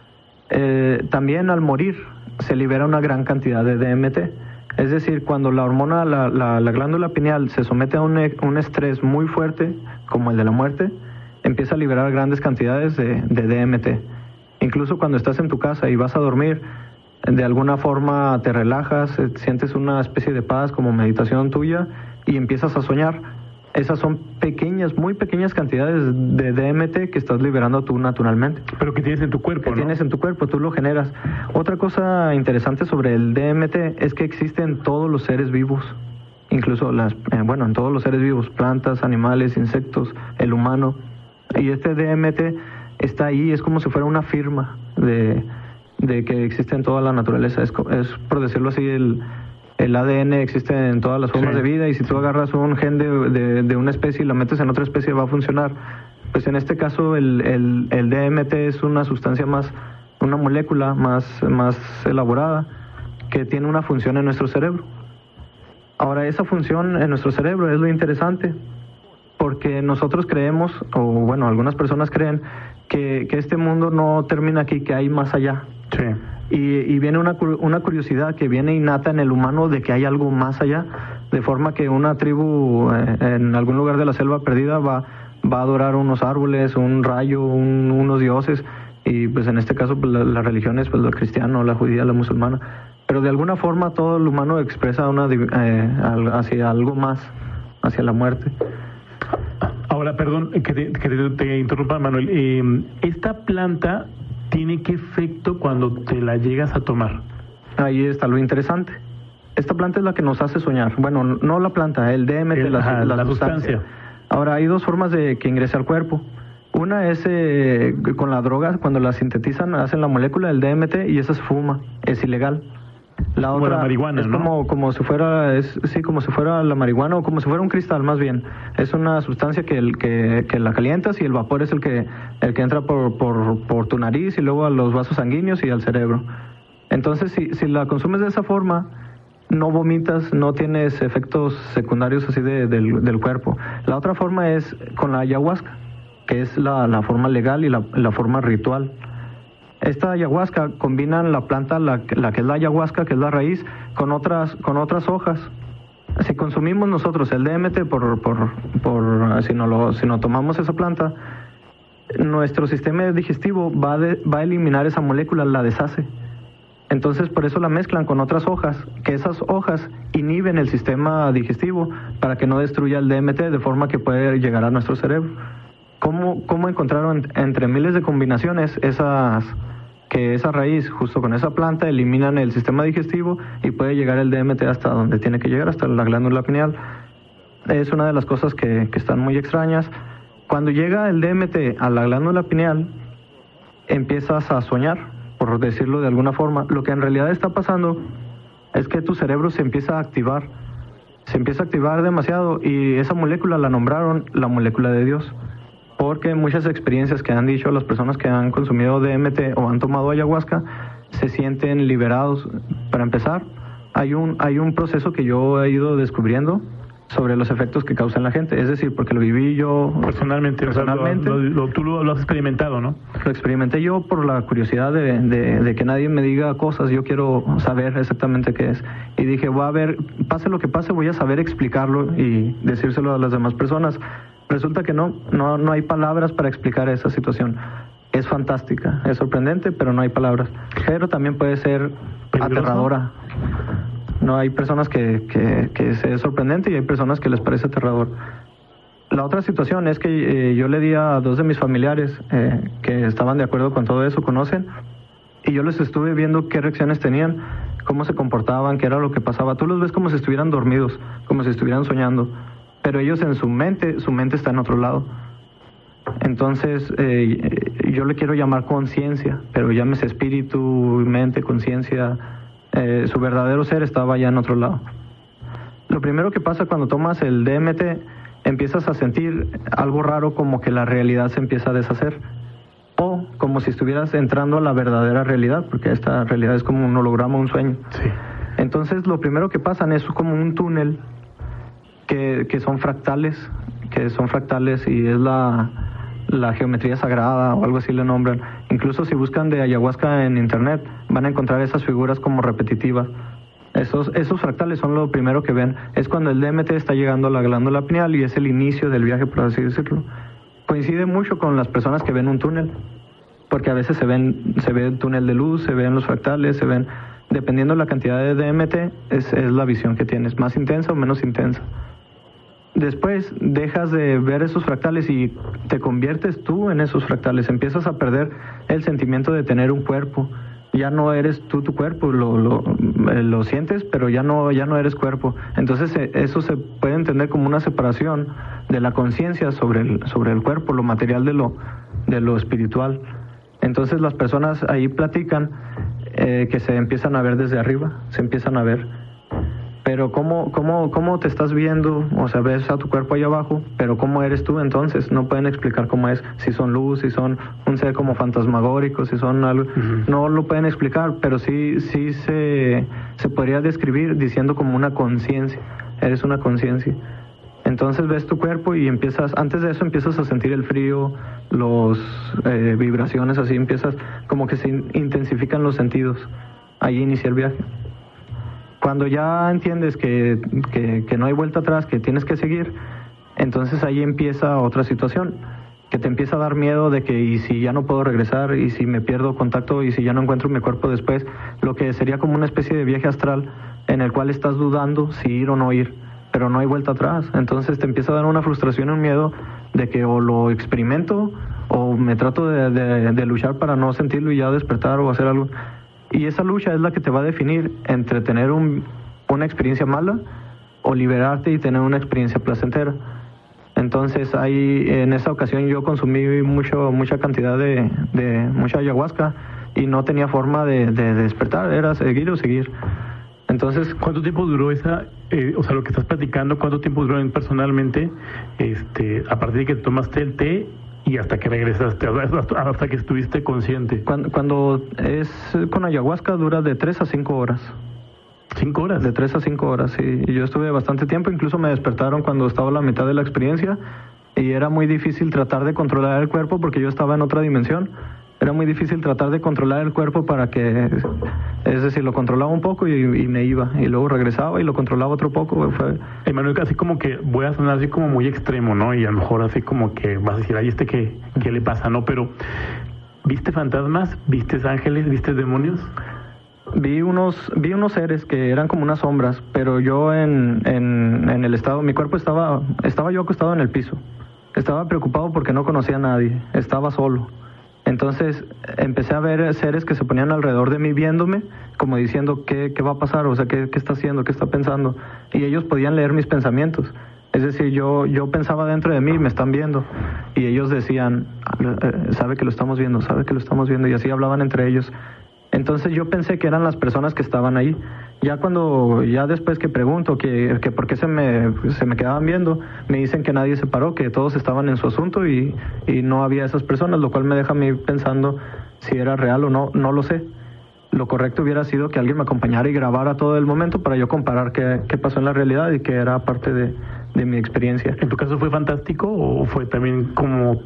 También al morir se libera una gran cantidad de DMT. Es decir, cuando la hormona, la glándula pineal se somete a un estrés muy fuerte, como el de la muerte, empieza a liberar grandes cantidades de DMT. Incluso cuando estás en tu casa y vas a dormir, de alguna forma te relajas, sientes una especie de paz como meditación tuya y empiezas a soñar. Esas son pequeñas, muy pequeñas cantidades de DMT que estás liberando tú naturalmente.
Pero que tienes en tu cuerpo, ¿no?
Tienes en tu cuerpo, tú lo generas. Otra cosa interesante sobre el DMT es que existe en todos los seres vivos. Incluso en todos los seres vivos, plantas, animales, insectos, el humano. Y este DMT está ahí, es como si fuera una firma de que existe en toda la naturaleza. Es por decirlo así, el ADN existe en todas las formas de vida, y si tú agarras un gen de una especie y lo metes en otra especie, va a funcionar. Pues en este caso el DMT es una sustancia una molécula más elaborada, que tiene una función en nuestro cerebro. Ahora, esa función en nuestro cerebro es lo interesante, porque nosotros creemos, o algunas personas creen, que este mundo no termina aquí, que hay más allá.
Sí.
Y viene una curiosidad que viene innata en el humano de que hay algo más allá, de forma que una tribu en algún lugar de la selva perdida va a adorar unos árboles, un rayo, unos dioses, y pues en este caso pues, la religión es pues, la cristiana, la judía, la musulmana, pero de alguna forma todo el humano expresa hacia algo más, hacia la muerte.
Ahora, perdón que te interrumpa, Manuel. ¿Esta planta tiene qué efecto cuando te la llegas a tomar?
Ahí está lo interesante. Esta planta es la que nos hace soñar. Bueno, no la planta, el DMT, la sustancia. Ahora, hay dos formas de que ingrese al cuerpo. Una es con la droga, cuando la sintetizan, hacen la molécula del DMT y esa se fuma, es ilegal. La
como
otra
la marihuana,
es
¿no?
como si fuera como si fuera la marihuana o como si fuera un cristal más bien. Es una sustancia que la calientas y el vapor es el que entra por tu nariz y luego a los vasos sanguíneos y al cerebro. Entonces si la consumes de esa forma, no vomitas, no tienes efectos secundarios así del cuerpo. La otra forma es con la ayahuasca, que es la forma legal y la forma ritual. Esta ayahuasca combinan la planta, la que es la ayahuasca, que es la raíz, con otras hojas. Si consumimos nosotros el DMT si no tomamos esa planta, nuestro sistema digestivo va a eliminar esa molécula, la deshace. Entonces por eso la mezclan con otras hojas, que esas hojas inhiben el sistema digestivo para que no destruya el DMT de forma que puede llegar a nuestro cerebro. ¿Cómo encontraron entre miles de combinaciones que esa raíz, justo con esa planta, eliminan el sistema digestivo y puede llegar el DMT hasta donde tiene que llegar, hasta la glándula pineal? Es una de las cosas que están muy extrañas. Cuando llega el DMT a la glándula pineal, empiezas a soñar, por decirlo de alguna forma. Lo que en realidad está pasando es que tu cerebro se empieza a activar demasiado, y esa molécula la nombraron la molécula de Dios. Porque muchas experiencias que han dicho las personas que han consumido DMT o han tomado ayahuasca se sienten liberados. Para empezar, hay un proceso que yo he ido descubriendo sobre los efectos que causa en la gente, es decir, porque lo viví yo
personalmente. Tú lo has experimentado, ¿no?
Lo experimenté yo por la curiosidad de que nadie me diga cosas. Yo quiero saber exactamente qué es, y dije, voy a ver, pase lo que pase, voy a saber explicarlo y decírselo a las demás personas. Resulta que no hay palabras para explicar esa situación. Es fantástica, es sorprendente, pero no hay palabras. Pero también puede ser aterradora. No, hay personas que es sorprendente y hay personas que les parece aterrador. La otra situación es que yo le di a 2 de mis familiares que estaban de acuerdo con todo eso, conocen, y yo les estuve viendo qué reacciones tenían, cómo se comportaban, qué era lo que pasaba. Tú los ves como si estuvieran dormidos, como si estuvieran soñando, pero ellos en su mente está en otro lado. Entonces yo le quiero llamar conciencia, pero llámese espíritu, mente, conciencia. Su verdadero ser estaba ya en otro lado. Lo primero que pasa cuando tomas el DMT, empiezas a sentir algo raro, como que la realidad se empieza a deshacer, o como si estuvieras entrando a la verdadera realidad, porque esta realidad es como un holograma, un sueño.
Sí.
Entonces lo primero que pasa es como un túnel que son fractales, y es la geometría sagrada o algo así le nombran. Incluso si buscan de ayahuasca en internet van a encontrar esas figuras como repetitivas. Esos fractales son lo primero que ven. Es cuando el DMT está llegando a la glándula pineal y es el inicio del viaje, por así decirlo. Coincide mucho con las personas que ven un túnel, porque a veces se ve el túnel de luz, se ven los fractales, dependiendo de la cantidad de DMT, es la visión que tienes, más intensa o menos intensa. Después dejas de ver esos fractales y te conviertes tú en esos fractales. Empiezas a perder el sentimiento de tener un cuerpo. Ya no eres tú tu cuerpo, lo sientes, pero ya no eres cuerpo. Entonces eso se puede entender como una separación de la conciencia sobre el cuerpo, lo material de lo espiritual. Entonces las personas ahí platican que se empiezan a ver desde arriba, se empiezan a ver. Pero ¿cómo te estás viendo? O sea, ves a tu cuerpo ahí abajo, pero ¿cómo eres tú entonces? No pueden explicar cómo es, si son luz, si son un ser como fantasmagórico, si son algo. No lo pueden explicar, pero sí se podría describir diciendo como una conciencia. Eres una conciencia. Entonces ves tu cuerpo y antes de eso empiezas a sentir el frío, vibraciones así, empiezas como que se intensifican los sentidos. Ahí inicia el viaje. Cuando ya entiendes que no hay vuelta atrás, que tienes que seguir, entonces ahí empieza otra situación, que te empieza a dar miedo de que y si ya no puedo regresar, y si me pierdo contacto, y si ya no encuentro mi cuerpo después, lo que sería como una especie de viaje astral en el cual estás dudando si ir o no ir, pero no hay vuelta atrás. Entonces te empieza a dar una frustración y un miedo de que o lo experimento o me trato de luchar para no sentirlo y ya despertar o hacer algo. Y esa lucha es la que te va a definir entre tener una experiencia mala o liberarte y tener una experiencia placentera. Entonces en esa ocasión yo consumí mucha cantidad de mucha ayahuasca y no tenía forma de despertar, era seguir o seguir. Entonces,
¿cuánto tiempo duró esa, o sea, lo que estás platicando, cuánto tiempo duró personalmente, a partir de que tomaste el té y hasta que regresaste, hasta que estuviste consciente?
Cuando es con ayahuasca dura de 3 a 5 horas.
5 horas.
De 3 a 5 horas, sí. Y yo estuve bastante tiempo, incluso me despertaron cuando estaba a la mitad de la experiencia y era muy difícil tratar de controlar el cuerpo porque yo estaba en otra dimensión. Era muy difícil tratar de controlar el cuerpo para que, es decir, lo controlaba un poco y me iba, y luego regresaba y lo controlaba otro poco.
Emanuel, así como que voy a sonar así como muy extremo, ¿no? Y a lo mejor así como que vas a decir, ay, ¿qué le pasa, no? Pero, ¿viste fantasmas? ¿Viste ángeles? ¿Viste demonios?
Vi unos seres que eran como unas sombras, pero yo en el estado, mi cuerpo estaba yo acostado en el piso. Estaba preocupado porque no conocía a nadie, estaba solo. Entonces empecé a ver seres que se ponían alrededor de mí viéndome, como diciendo, ¿qué va a pasar? O sea, ¿qué está haciendo? ¿Qué está pensando? Y ellos podían leer mis pensamientos. Es decir, yo pensaba dentro de mí, me están viendo. Y ellos decían, sabe que lo estamos viendo, sabe que lo estamos viendo. Y así hablaban entre ellos. Entonces yo pensé que eran las personas que estaban ahí. Ya después que pregunto que por qué se me quedaban viendo, me dicen que nadie se paró, que todos estaban en su asunto y no había esas personas, lo cual me deja a mí pensando si era real o no, no lo sé. Lo correcto hubiera sido que alguien me acompañara y grabara todo el momento para yo comparar qué pasó en la realidad y que era parte de mi experiencia.
¿En tu caso fue fantástico o fue también como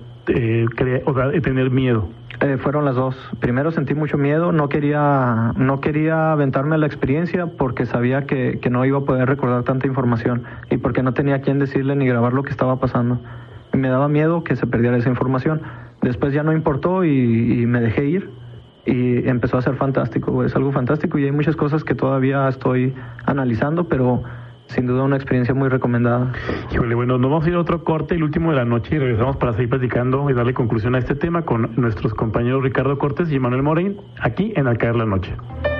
tener miedo?
Fueron las dos. Primero sentí mucho miedo, no quería aventarme a la experiencia porque sabía que no iba a poder recordar tanta información y porque no tenía a quién decirle ni grabar lo que estaba pasando. Y me daba miedo que se perdiera esa información. Después ya no importó y me dejé ir y empezó a ser fantástico. Es algo fantástico y hay muchas cosas que todavía estoy analizando, pero sin duda una experiencia muy recomendada.
Híjole, bueno, nos vamos a ir a otro corte, el último de la noche, y regresamos para seguir platicando y darle conclusión a este tema con nuestros compañeros Ricardo Cortés y Emanuel Morein, aquí en Al Caer la Noche.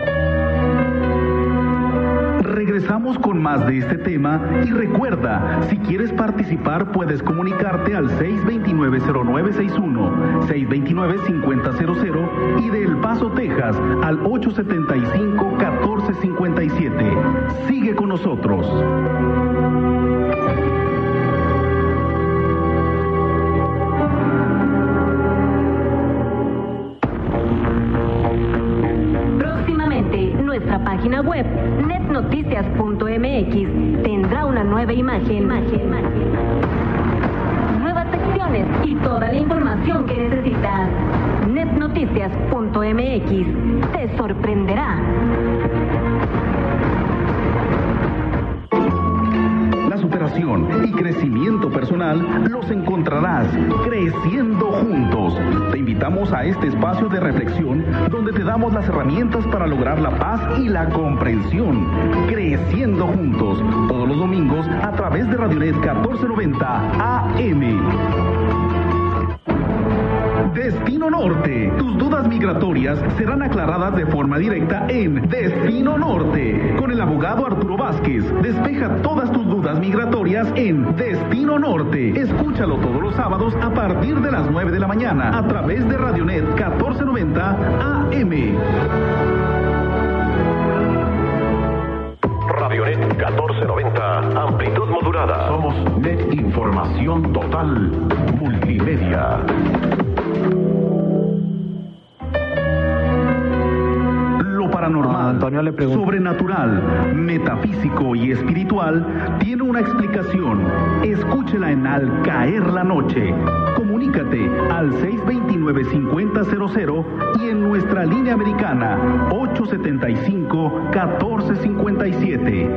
Regresamos con más de este tema y recuerda, si quieres participar puedes comunicarte al 629-0961, 629-5000 y de El Paso, Texas al 875-1457. Sigue con nosotros.
Próximamente, nuestra página web, netnoticias.mx, tendrá una nueva imagen, nuevas secciones y toda la información que necesitas. netnoticias.mx te sorprenderá.
La superación y crecimiento personal los encontrarás creciendo juntos. Te invitamos a este espacio de reflexión donde te damos las herramientas para lograr la paz y la comprensión. Creciendo juntos, todos los domingos a través de Radionet 1490 AM. Destino Norte. Tus dudas migratorias serán aclaradas de forma directa en Destino Norte. Con el abogado Arturo Vázquez. Despeja todas tus dudas migratorias en Destino Norte. Escúchalo todos los sábados a partir de las 9 de la mañana a través de Radionet 1490 AM.
Radionet 1490, amplitud modulada. Somos Net Información Total Multimedia.
Lo paranormal,
Antonio le pregunta,
sobrenatural, metafísico y espiritual tiene una explicación. Escúchela en Al Caer la Noche. Comunícate al 629-5000 y en nuestra línea americana 875-1457.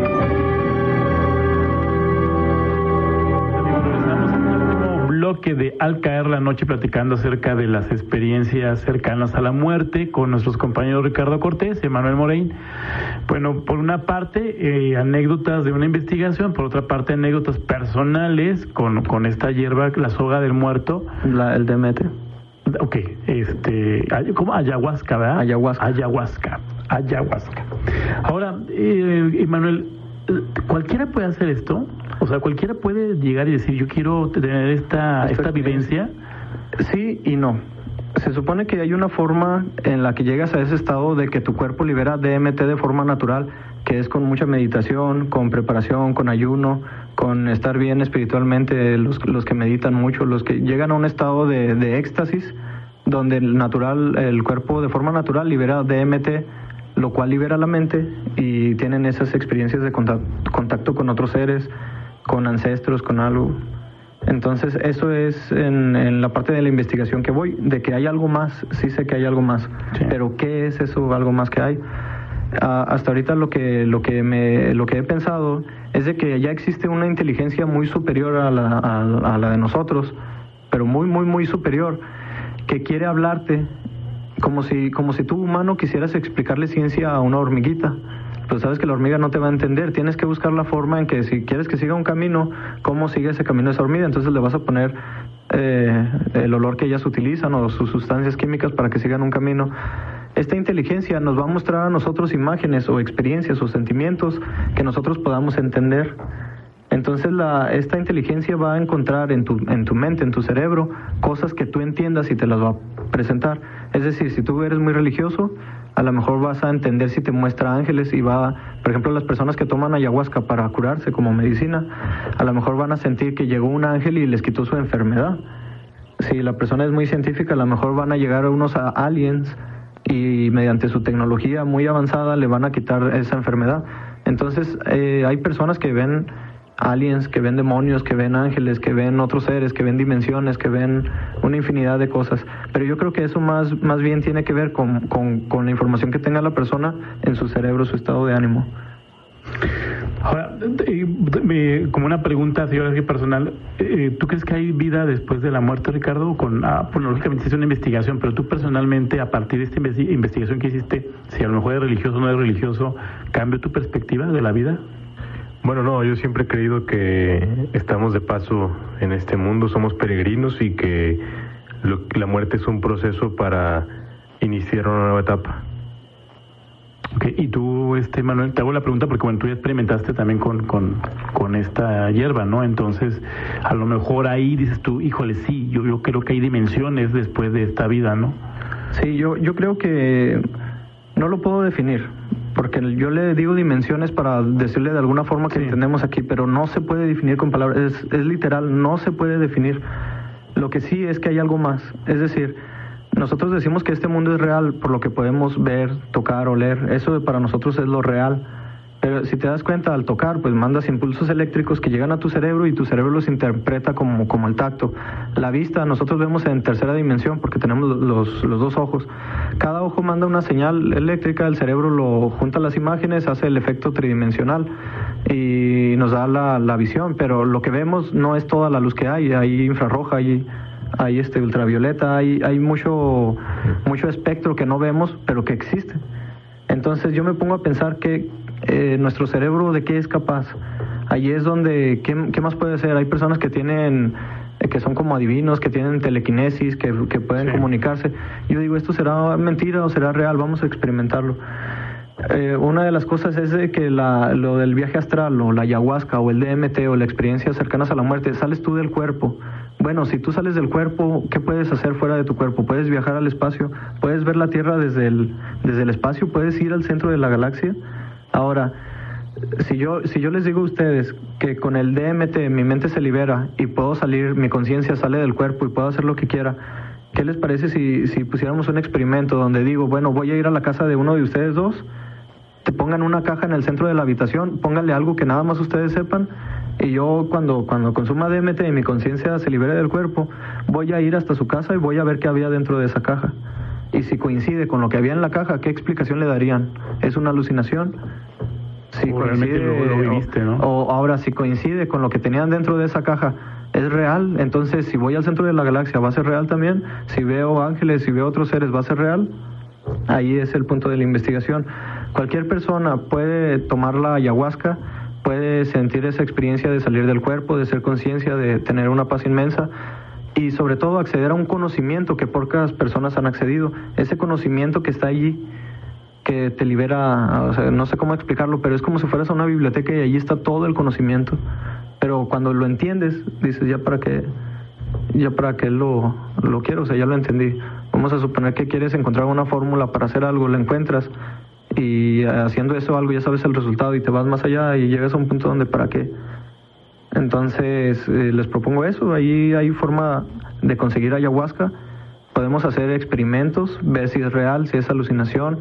Bloque de Al Caer la Noche platicando acerca de las experiencias cercanas a la muerte con nuestros compañeros Ricardo Cortés y Emanuel Morein. Bueno, por una parte anécdotas de una investigación, por otra parte anécdotas personales con esta hierba, la soga del muerto,
el DMT.
Ok, ¿cómo? Ayahuasca, ¿verdad?
Ayahuasca.
Ahora, Emanuel, ¿cualquiera puede hacer esto? O sea, ¿cualquiera puede llegar y decir, yo quiero tener esta vivencia?
Sí y no. Se supone que hay una forma en la que llegas a ese estado de que tu cuerpo libera DMT de forma natural, que es con mucha meditación, con preparación, con ayuno, con estar bien espiritualmente, los que meditan mucho, los que llegan a un estado de éxtasis, donde el cuerpo de forma natural libera DMT, lo cual libera la mente y tienen esas experiencias de contacto con otros seres, con ancestros, con algo. Entonces eso es en la parte de la investigación que voy, de que hay algo más, sí sé que hay algo más, sí. Pero ¿qué es eso algo más que hay? Hasta ahorita lo que he pensado es de que ya existe una inteligencia muy superior a la de nosotros, pero muy, muy, muy superior, que quiere hablarte como si tú, humano, quisieras explicarle ciencia a una hormiguita. Pues sabes que la hormiga no te va a entender, tienes que buscar la forma en que si quieres que siga un camino, ¿cómo sigue ese camino esa hormiga? Entonces le vas a poner el olor que ellas utilizan o sus sustancias químicas para que sigan un camino. Esta inteligencia nos va a mostrar a nosotros imágenes o experiencias o sentimientos que nosotros podamos entender. Entonces esta inteligencia va a encontrar en tu mente, en tu cerebro, cosas que tú entiendas y te las va a presentar. Es decir, si tú eres muy religioso, a lo mejor vas a entender si te muestra ángeles y por ejemplo, las personas que toman ayahuasca para curarse como medicina, a lo mejor van a sentir que llegó un ángel y les quitó su enfermedad. Si la persona es muy científica, a lo mejor van a llegar unos aliens y mediante su tecnología muy avanzada le van a quitar esa enfermedad. Entonces, hay personas que ven aliens, que ven demonios, que ven ángeles, que ven otros seres, que ven dimensiones, que ven una infinidad de cosas. Pero yo creo que eso más bien tiene que ver con la información que tenga la persona en su cerebro, su estado de ánimo.
Ahora, como una pregunta personal, ¿tú crees que hay vida después de la muerte, Ricardo? Lógicamente es una investigación, pero tú personalmente, a partir de esta investigación que hiciste, si a lo mejor es religioso o no es religioso, ¿cambió tu perspectiva de la vida?
Bueno, no, yo siempre he creído que estamos de paso en este mundo, somos peregrinos y que la muerte es un proceso para iniciar una nueva etapa.
Okay. Y tú, Manuel, te hago la pregunta porque tú ya experimentaste también con esta hierba, ¿no? Entonces, a lo mejor ahí dices tú, híjole, sí, yo creo que hay dimensiones después de esta vida, ¿no?
Sí, yo creo que no lo puedo definir, porque yo le digo dimensiones para decirle de alguna forma que entendemos aquí, pero no se puede definir con palabras, es literal, no se puede definir. Lo que sí es que hay algo más, es decir, nosotros decimos que este mundo es real por lo que podemos ver, tocar, oler, eso para nosotros es lo real, pero si te das cuenta, al tocar, pues mandas impulsos eléctricos que llegan a tu cerebro y tu cerebro los interpreta como el tacto. La vista, nosotros vemos en tercera dimensión porque tenemos los dos ojos. Cada ojo manda una señal eléctrica, el cerebro lo junta las imágenes, hace el efecto tridimensional y nos da la visión, pero lo que vemos no es toda la luz que hay infrarroja, hay ultravioleta, hay mucho espectro que no vemos, pero que existe. Entonces yo me pongo a pensar que nuestro cerebro, ¿de qué es capaz? Ahí es donde, ¿qué más puede ser? Hay personas que son como adivinos, que tienen telequinesis, que pueden comunicarse. Yo digo, ¿esto será mentira o será real? Vamos a experimentarlo. Una de las cosas es de que lo del viaje astral o la ayahuasca o el DMT o la experiencia cercanas a la muerte, sales tú del cuerpo. Bueno, si tú sales del cuerpo, ¿qué puedes hacer fuera de tu cuerpo? Puedes viajar al espacio, puedes ver la Tierra desde el espacio, puedes ir al centro de la galaxia. Ahora, si yo les digo a ustedes que con el DMT mi mente se libera y puedo salir, mi conciencia sale del cuerpo y puedo hacer lo que quiera, ¿qué les parece si pusiéramos un experimento donde digo, bueno, voy a ir a la casa de uno de ustedes dos, te pongan una caja en el centro de la habitación, pónganle algo que nada más ustedes sepan, y yo cuando consuma DMT y mi conciencia se libere del cuerpo, voy a ir hasta su casa y voy a ver qué había dentro de esa caja? Y si coincide con lo que había en la caja, ¿qué explicación le darían? ¿Es una alucinación? Si coincide,
lo viviste, ¿no?
O ahora, si coincide con lo que tenían dentro de esa caja, ¿es real? Entonces, si voy al centro de la galaxia, ¿va a ser real también? Si veo ángeles, si veo otros seres, ¿va a ser real? Ahí es el punto de la investigación. Cualquier persona puede tomar la ayahuasca, puede sentir esa experiencia de salir del cuerpo, de ser conciencia, de tener una paz inmensa, y sobre todo acceder a un conocimiento que pocas personas han accedido. Ese conocimiento que está allí, que te libera, o sea, no sé cómo explicarlo, pero es como si fueras a una biblioteca y allí está todo el conocimiento. Pero cuando lo entiendes, dices, ya para qué lo quiero, o sea, ya lo entendí. Vamos a suponer que quieres encontrar una fórmula para hacer algo, la encuentras y haciendo eso algo ya sabes el resultado y te vas más allá y llegas a un punto donde ¿para qué? Entonces les propongo eso, ahí hay forma de conseguir ayahuasca, podemos hacer experimentos, ver si es real, si es alucinación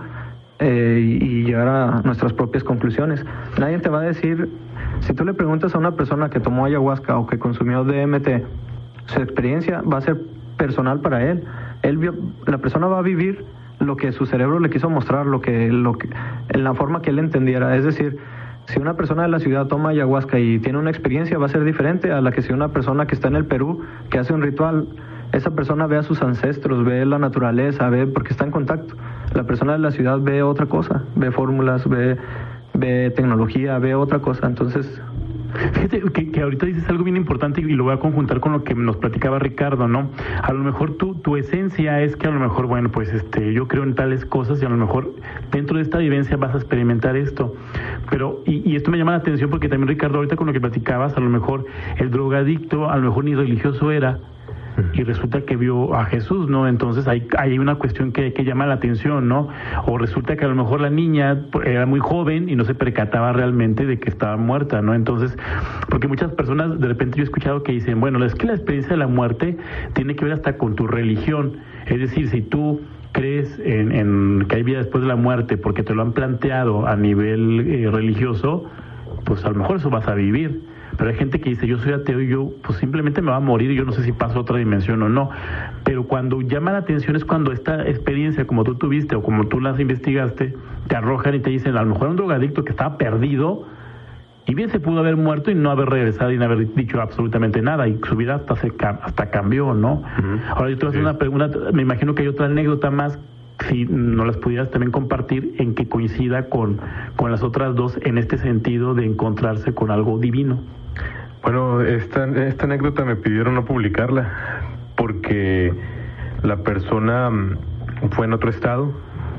y llegar a nuestras propias conclusiones. Nadie te va a decir, si tú le preguntas a una persona que tomó ayahuasca o que consumió DMT, su experiencia va a ser personal para él. La persona va a vivir lo que su cerebro le quiso mostrar, lo que en la forma que él entendiera. Es decir, si una persona de la ciudad toma ayahuasca y tiene una experiencia, va a ser diferente a la que si una persona que está en el Perú, que hace un ritual, esa persona ve a sus ancestros, ve la naturaleza, ve porque está en contacto. La persona de la ciudad ve otra cosa, ve fórmulas, ve tecnología, ve otra cosa. Entonces,
fíjate que ahorita dices algo bien importante y lo voy a conjuntar con lo que nos platicaba Ricardo, ¿no? A lo mejor tu esencia es que a lo mejor, bueno, pues yo creo en tales cosas y a lo mejor dentro de esta vivencia vas a experimentar esto. Pero, y esto me llama la atención porque también, Ricardo, ahorita con lo que platicabas, a lo mejor el drogadicto, a lo mejor ni religioso era, y resulta que vio a Jesús, ¿no? Entonces hay una cuestión que llama la atención, ¿no? O resulta que a lo mejor la niña era muy joven y no se percataba realmente de que estaba muerta, ¿no? Entonces, porque muchas personas, de repente yo he escuchado que dicen, bueno, es que la experiencia de la muerte tiene que ver hasta con tu religión. Es decir, si tú crees en que hay vida después de la muerte porque te lo han planteado a nivel religioso, pues a lo mejor eso vas a vivir. Pero hay gente que dice, yo soy ateo y yo pues simplemente me va a morir y yo no sé si paso a otra dimensión o no. Pero cuando llama la atención es cuando esta experiencia, como tú tuviste o como tú las investigaste, te arrojan y te dicen, a lo mejor un drogadicto que estaba perdido y bien se pudo haber muerto y no haber regresado y no haber dicho absolutamente nada y su vida hasta cambió, ¿no? Ahora yo te voy a hacer una pregunta, me imagino que hay otra anécdota más, si no las pudieras también compartir en que coincida con las otras dos en este sentido de encontrarse con algo divino.
Bueno, esta anécdota me pidieron no publicarla porque la persona fue en otro estado,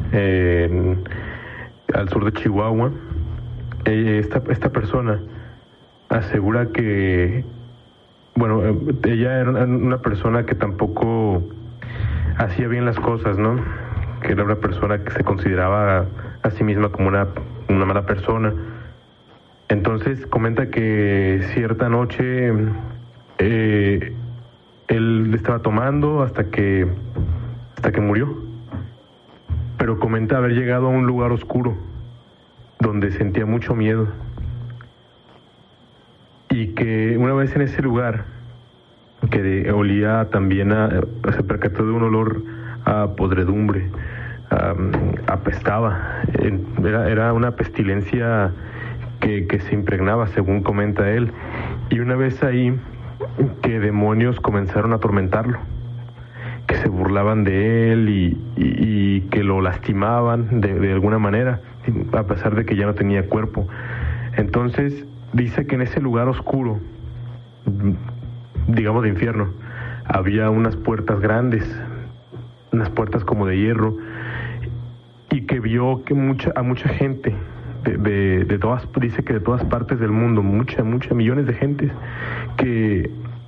al sur de Chihuahua. Esta persona asegura que, bueno, ella era una persona que tampoco hacía bien las cosas, ¿no? Que era una persona que se consideraba a sí misma como una mala persona. Entonces comenta que cierta noche él estaba tomando hasta que murió. Pero comenta haber llegado a un lugar oscuro donde sentía mucho miedo. Y que una vez en ese lugar, que olía también se percató de un olor a podredumbre, apestaba. Era una pestilencia que se impregnaba, según comenta él. Y una vez ahí, que demonios comenzaron a atormentarlo, que se burlaban de él y que lo lastimaban de alguna manera, a pesar de que ya no tenía cuerpo. Entonces dice que en ese lugar oscuro, digamos de infierno, había unas puertas grandes, unas puertas como de hierro, y que vio que a mucha gente de todas, dice que de todas partes del mundo, muchas millones de gentes que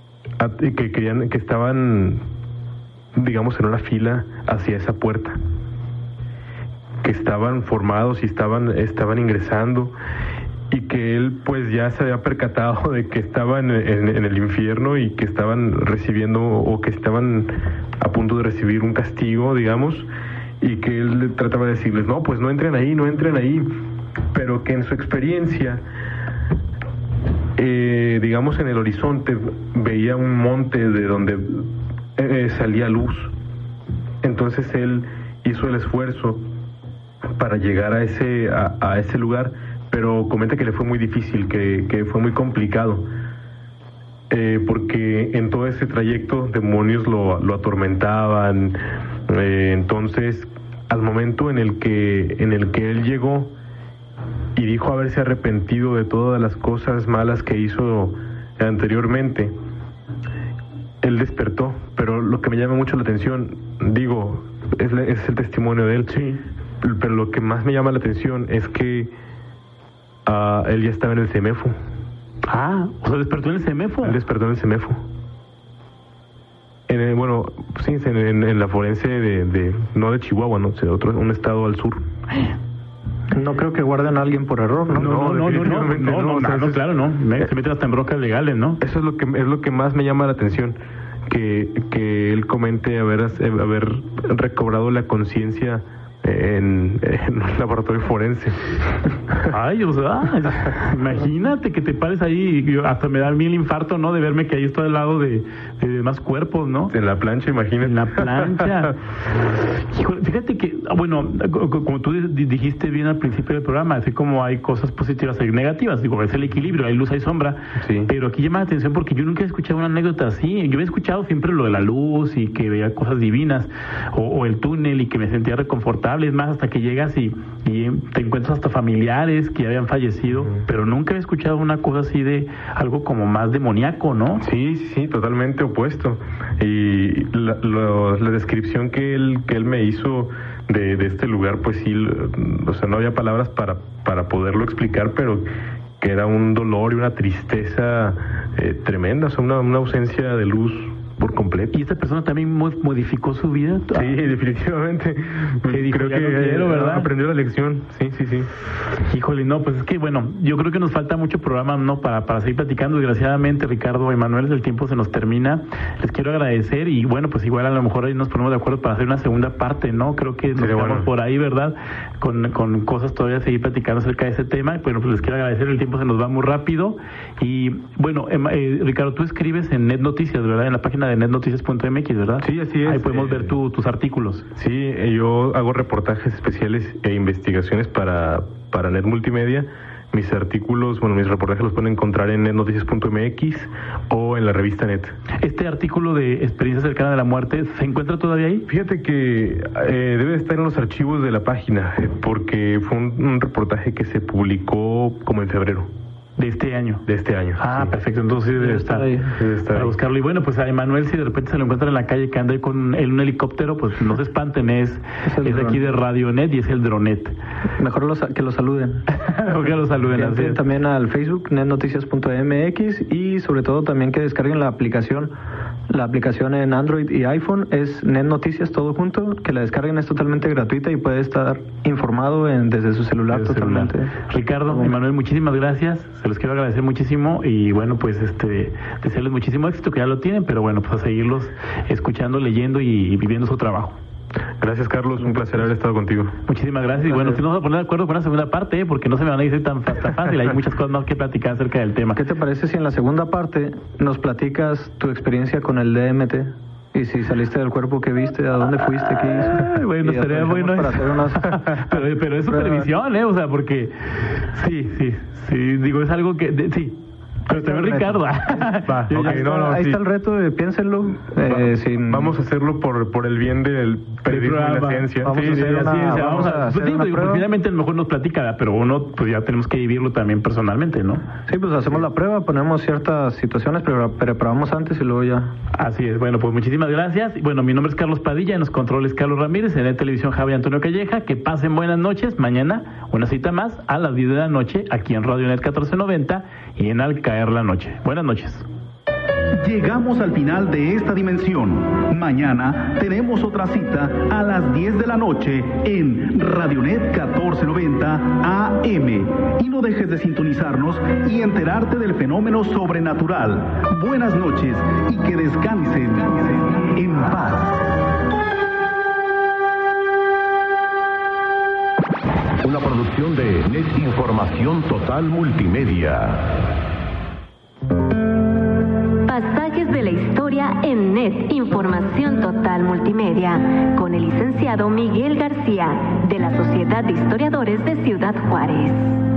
estaban, digamos, en una fila hacia esa puerta, que estaban formados y estaban ingresando, y que él pues ya se había percatado de que estaban en el infierno y que estaban recibiendo o que estaban a punto de recibir un castigo, digamos, y que él trataba de decirles, no, pues no entren ahí, pero que en su experiencia, digamos, en el horizonte veía un monte de donde salía luz. Entonces él hizo el esfuerzo para llegar a ese lugar, pero comenta que le fue muy difícil, que fue muy complicado, porque en todo ese trayecto demonios lo atormentaban. Entonces, al momento en el que él llegó y dijo haberse arrepentido de todas las cosas malas que hizo anteriormente, él despertó. Pero lo que me llama mucho la atención, digo, es el testimonio de él, sí, pero lo que más me llama la atención es que él ya estaba en el CEMEFO.
O sea, despertó en el CEMEFO.
Él despertó en el CEMEFO. Bueno, sí, en la forense no de Chihuahua, no, de un estado al sur.
No creo que guarden a alguien por error, ¿no?
No, claro, no. Se meten hasta en brocas legales, ¿no?
Eso es lo que más me llama la atención, que él comente haber recobrado la conciencia en un laboratorio forense.
Ay, o sea, imagínate que te pares ahí, y hasta me da a mí el infarto, ¿no? De verme que ahí estoy al lado de demás cuerpos, ¿no?
En la plancha, imagínate.
En la plancha. Híjole, fíjate que, bueno, como tú dijiste bien al principio del programa, así como hay cosas positivas y negativas, digo, es el equilibrio, hay luz, hay sombra, sí. Pero aquí llama la atención porque yo nunca he escuchado una anécdota así. Yo he escuchado siempre lo de la luz y que veía cosas divinas, o el túnel y que me sentía reconfortable. Es más, hasta que llegas y te encuentras hasta familiares que habían fallecido, pero nunca he escuchado una cosa así de algo como más demoníaco, ¿no?
Sí, totalmente opuesto. Y la descripción que él me hizo de este lugar, pues sí, o sea, no había palabras para poderlo explicar, pero que era un dolor y una tristeza tremenda, o sea, una ausencia de luz por completo.
¿Y esta persona también modificó su vida?
Sí, definitivamente.
Que dijo, creo que quiero, ¿verdad?
Aprendió la lección. Sí.
Híjole, no, pues es que bueno, yo creo que nos falta mucho programa, ¿no? Para seguir platicando. Desgraciadamente, Ricardo y Manuel, el tiempo se nos termina. Les quiero agradecer y bueno, pues igual a lo mejor ahí nos ponemos de acuerdo para hacer una segunda parte, ¿no? Creo que nos quedamos por ahí, ¿verdad? Con cosas todavía seguir platicando acerca de ese tema. Bueno, pues les quiero agradecer, el tiempo se nos va muy rápido. Y bueno, Ricardo, tú escribes en Net Noticias, ¿verdad? En la página de netnoticias.mx, ¿verdad?
Sí, así es.
Ahí podemos ver tus artículos.
Sí, yo hago reportajes especiales e investigaciones para Net Multimedia. Mis artículos, mis reportajes los pueden encontrar en netnoticias.mx o en la revista Net.
¿Este artículo de experiencia cercana de la muerte se encuentra todavía ahí?
Fíjate que debe estar en los archivos de la página, porque fue un reportaje que se publicó como en febrero.
De este año.
Ah,
sí. Perfecto, entonces sí debe estar ahí. Para buscarlo. Y bueno, pues a Emanuel, si de repente se lo encuentra en la calle que anda con un helicóptero, pues no se espanten, es aquí de Radio Net y es el Dronet.
Mejor que lo saluden.
Que lo saluden.
También al Facebook, netnoticias.mx, y sobre todo también que descarguen la aplicación. La aplicación en Android y iPhone es Net Noticias, todo junto. Que la descarguen, es totalmente gratuita y puede estar informado desde su celular totalmente.
Ricardo, Emanuel, muchísimas gracias. Se los quiero agradecer muchísimo y bueno, pues desearles muchísimo éxito, que ya lo tienen, pero bueno, pues a seguirlos escuchando, leyendo y viviendo su trabajo.
Gracias, Carlos, un placer haber estado contigo.
Muchísimas gracias. Y bueno, si nos vamos a poner de acuerdo con la segunda parte, porque no se me van a decir tan fácil, hay muchas cosas más que platicar acerca del tema.
¿Qué te parece si en la segunda parte nos platicas tu experiencia con el DMT? Y si saliste del cuerpo, ¿qué viste? ¿A dónde fuiste? ¿Qué hizo?
Bueno, estaría bueno
para hacer unas
pero es supervisión, o sea, porque sí, digo, es algo que sí. Pero también Ricardo.
Ahí está el reto, piénsenlo.
Vamos a hacerlo por el bien del periodismo y la ciencia.
Vamos a hacer una prueba. Finalmente a lo mejor nos platica, pero uno pues ya tenemos que vivirlo también personalmente, ¿no?
Sí, pues hacemos la prueba, ponemos ciertas situaciones, pero preparamos antes y luego ya.
Así es. Bueno, pues muchísimas gracias. Bueno, mi nombre es Carlos Padilla, en los controles Carlos Ramírez, en la televisión Javi Antonio Calleja. Que pasen buenas noches. Mañana una cita más a las 10 de la noche aquí en Radio Net 1490 y en Al Caer la Noche. Buenas noches.
Llegamos al final de esta dimensión. Mañana tenemos otra cita a las 10 de la noche en Radionet 1490 AM. Y no dejes de sintonizarnos y enterarte del fenómeno sobrenatural. Buenas noches y que descansen en paz.
Una producción de Net Información Total Multimedia.
Pasajes de la historia en Net Información Total Multimedia, con el licenciado Miguel García, de la Sociedad de Historiadores de Ciudad Juárez.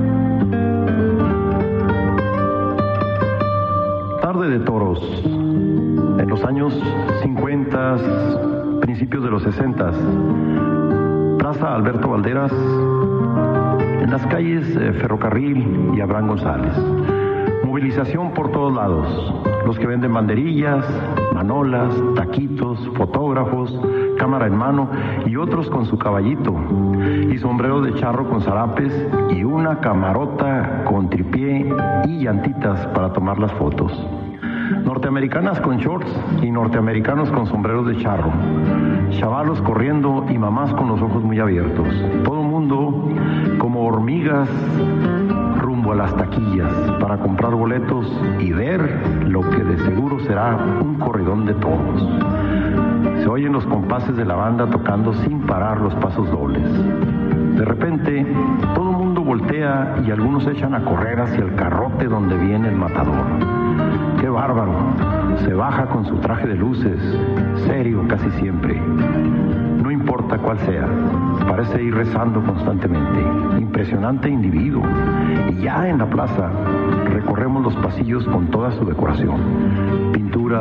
Tarde de toros. En los años 50, principios de los 60, Plaza Alberto Valderas, en las calles Ferrocarril y Abraham González. Movilización por todos lados. Los que venden banderillas, manolas, taquitos, fotógrafos, cámara en mano y otros con su caballito y sombreros de charro con zarapes y una camarota con tripié y llantitas para tomar las fotos.
Norteamericanas con shorts y norteamericanos con sombreros de charro. Chavalos corriendo y mamás con los ojos muy abiertos. Todo el mundo como hormigas rumbo a las taquillas para comprar boletos y ver lo que de seguro será un corridón de toros. Se oyen los compases de la banda tocando sin parar los pasos dobles. De repente, todo el mundo voltea y algunos echan a correr hacia el carrote donde viene el matador. ¡Qué bárbaro! Se baja con su traje de luces, serio casi siempre. No importa cuál sea, parece ir rezando constantemente. Impresionante individuo. Y ya en la plaza, recorremos los pasillos con toda su decoración. Pintura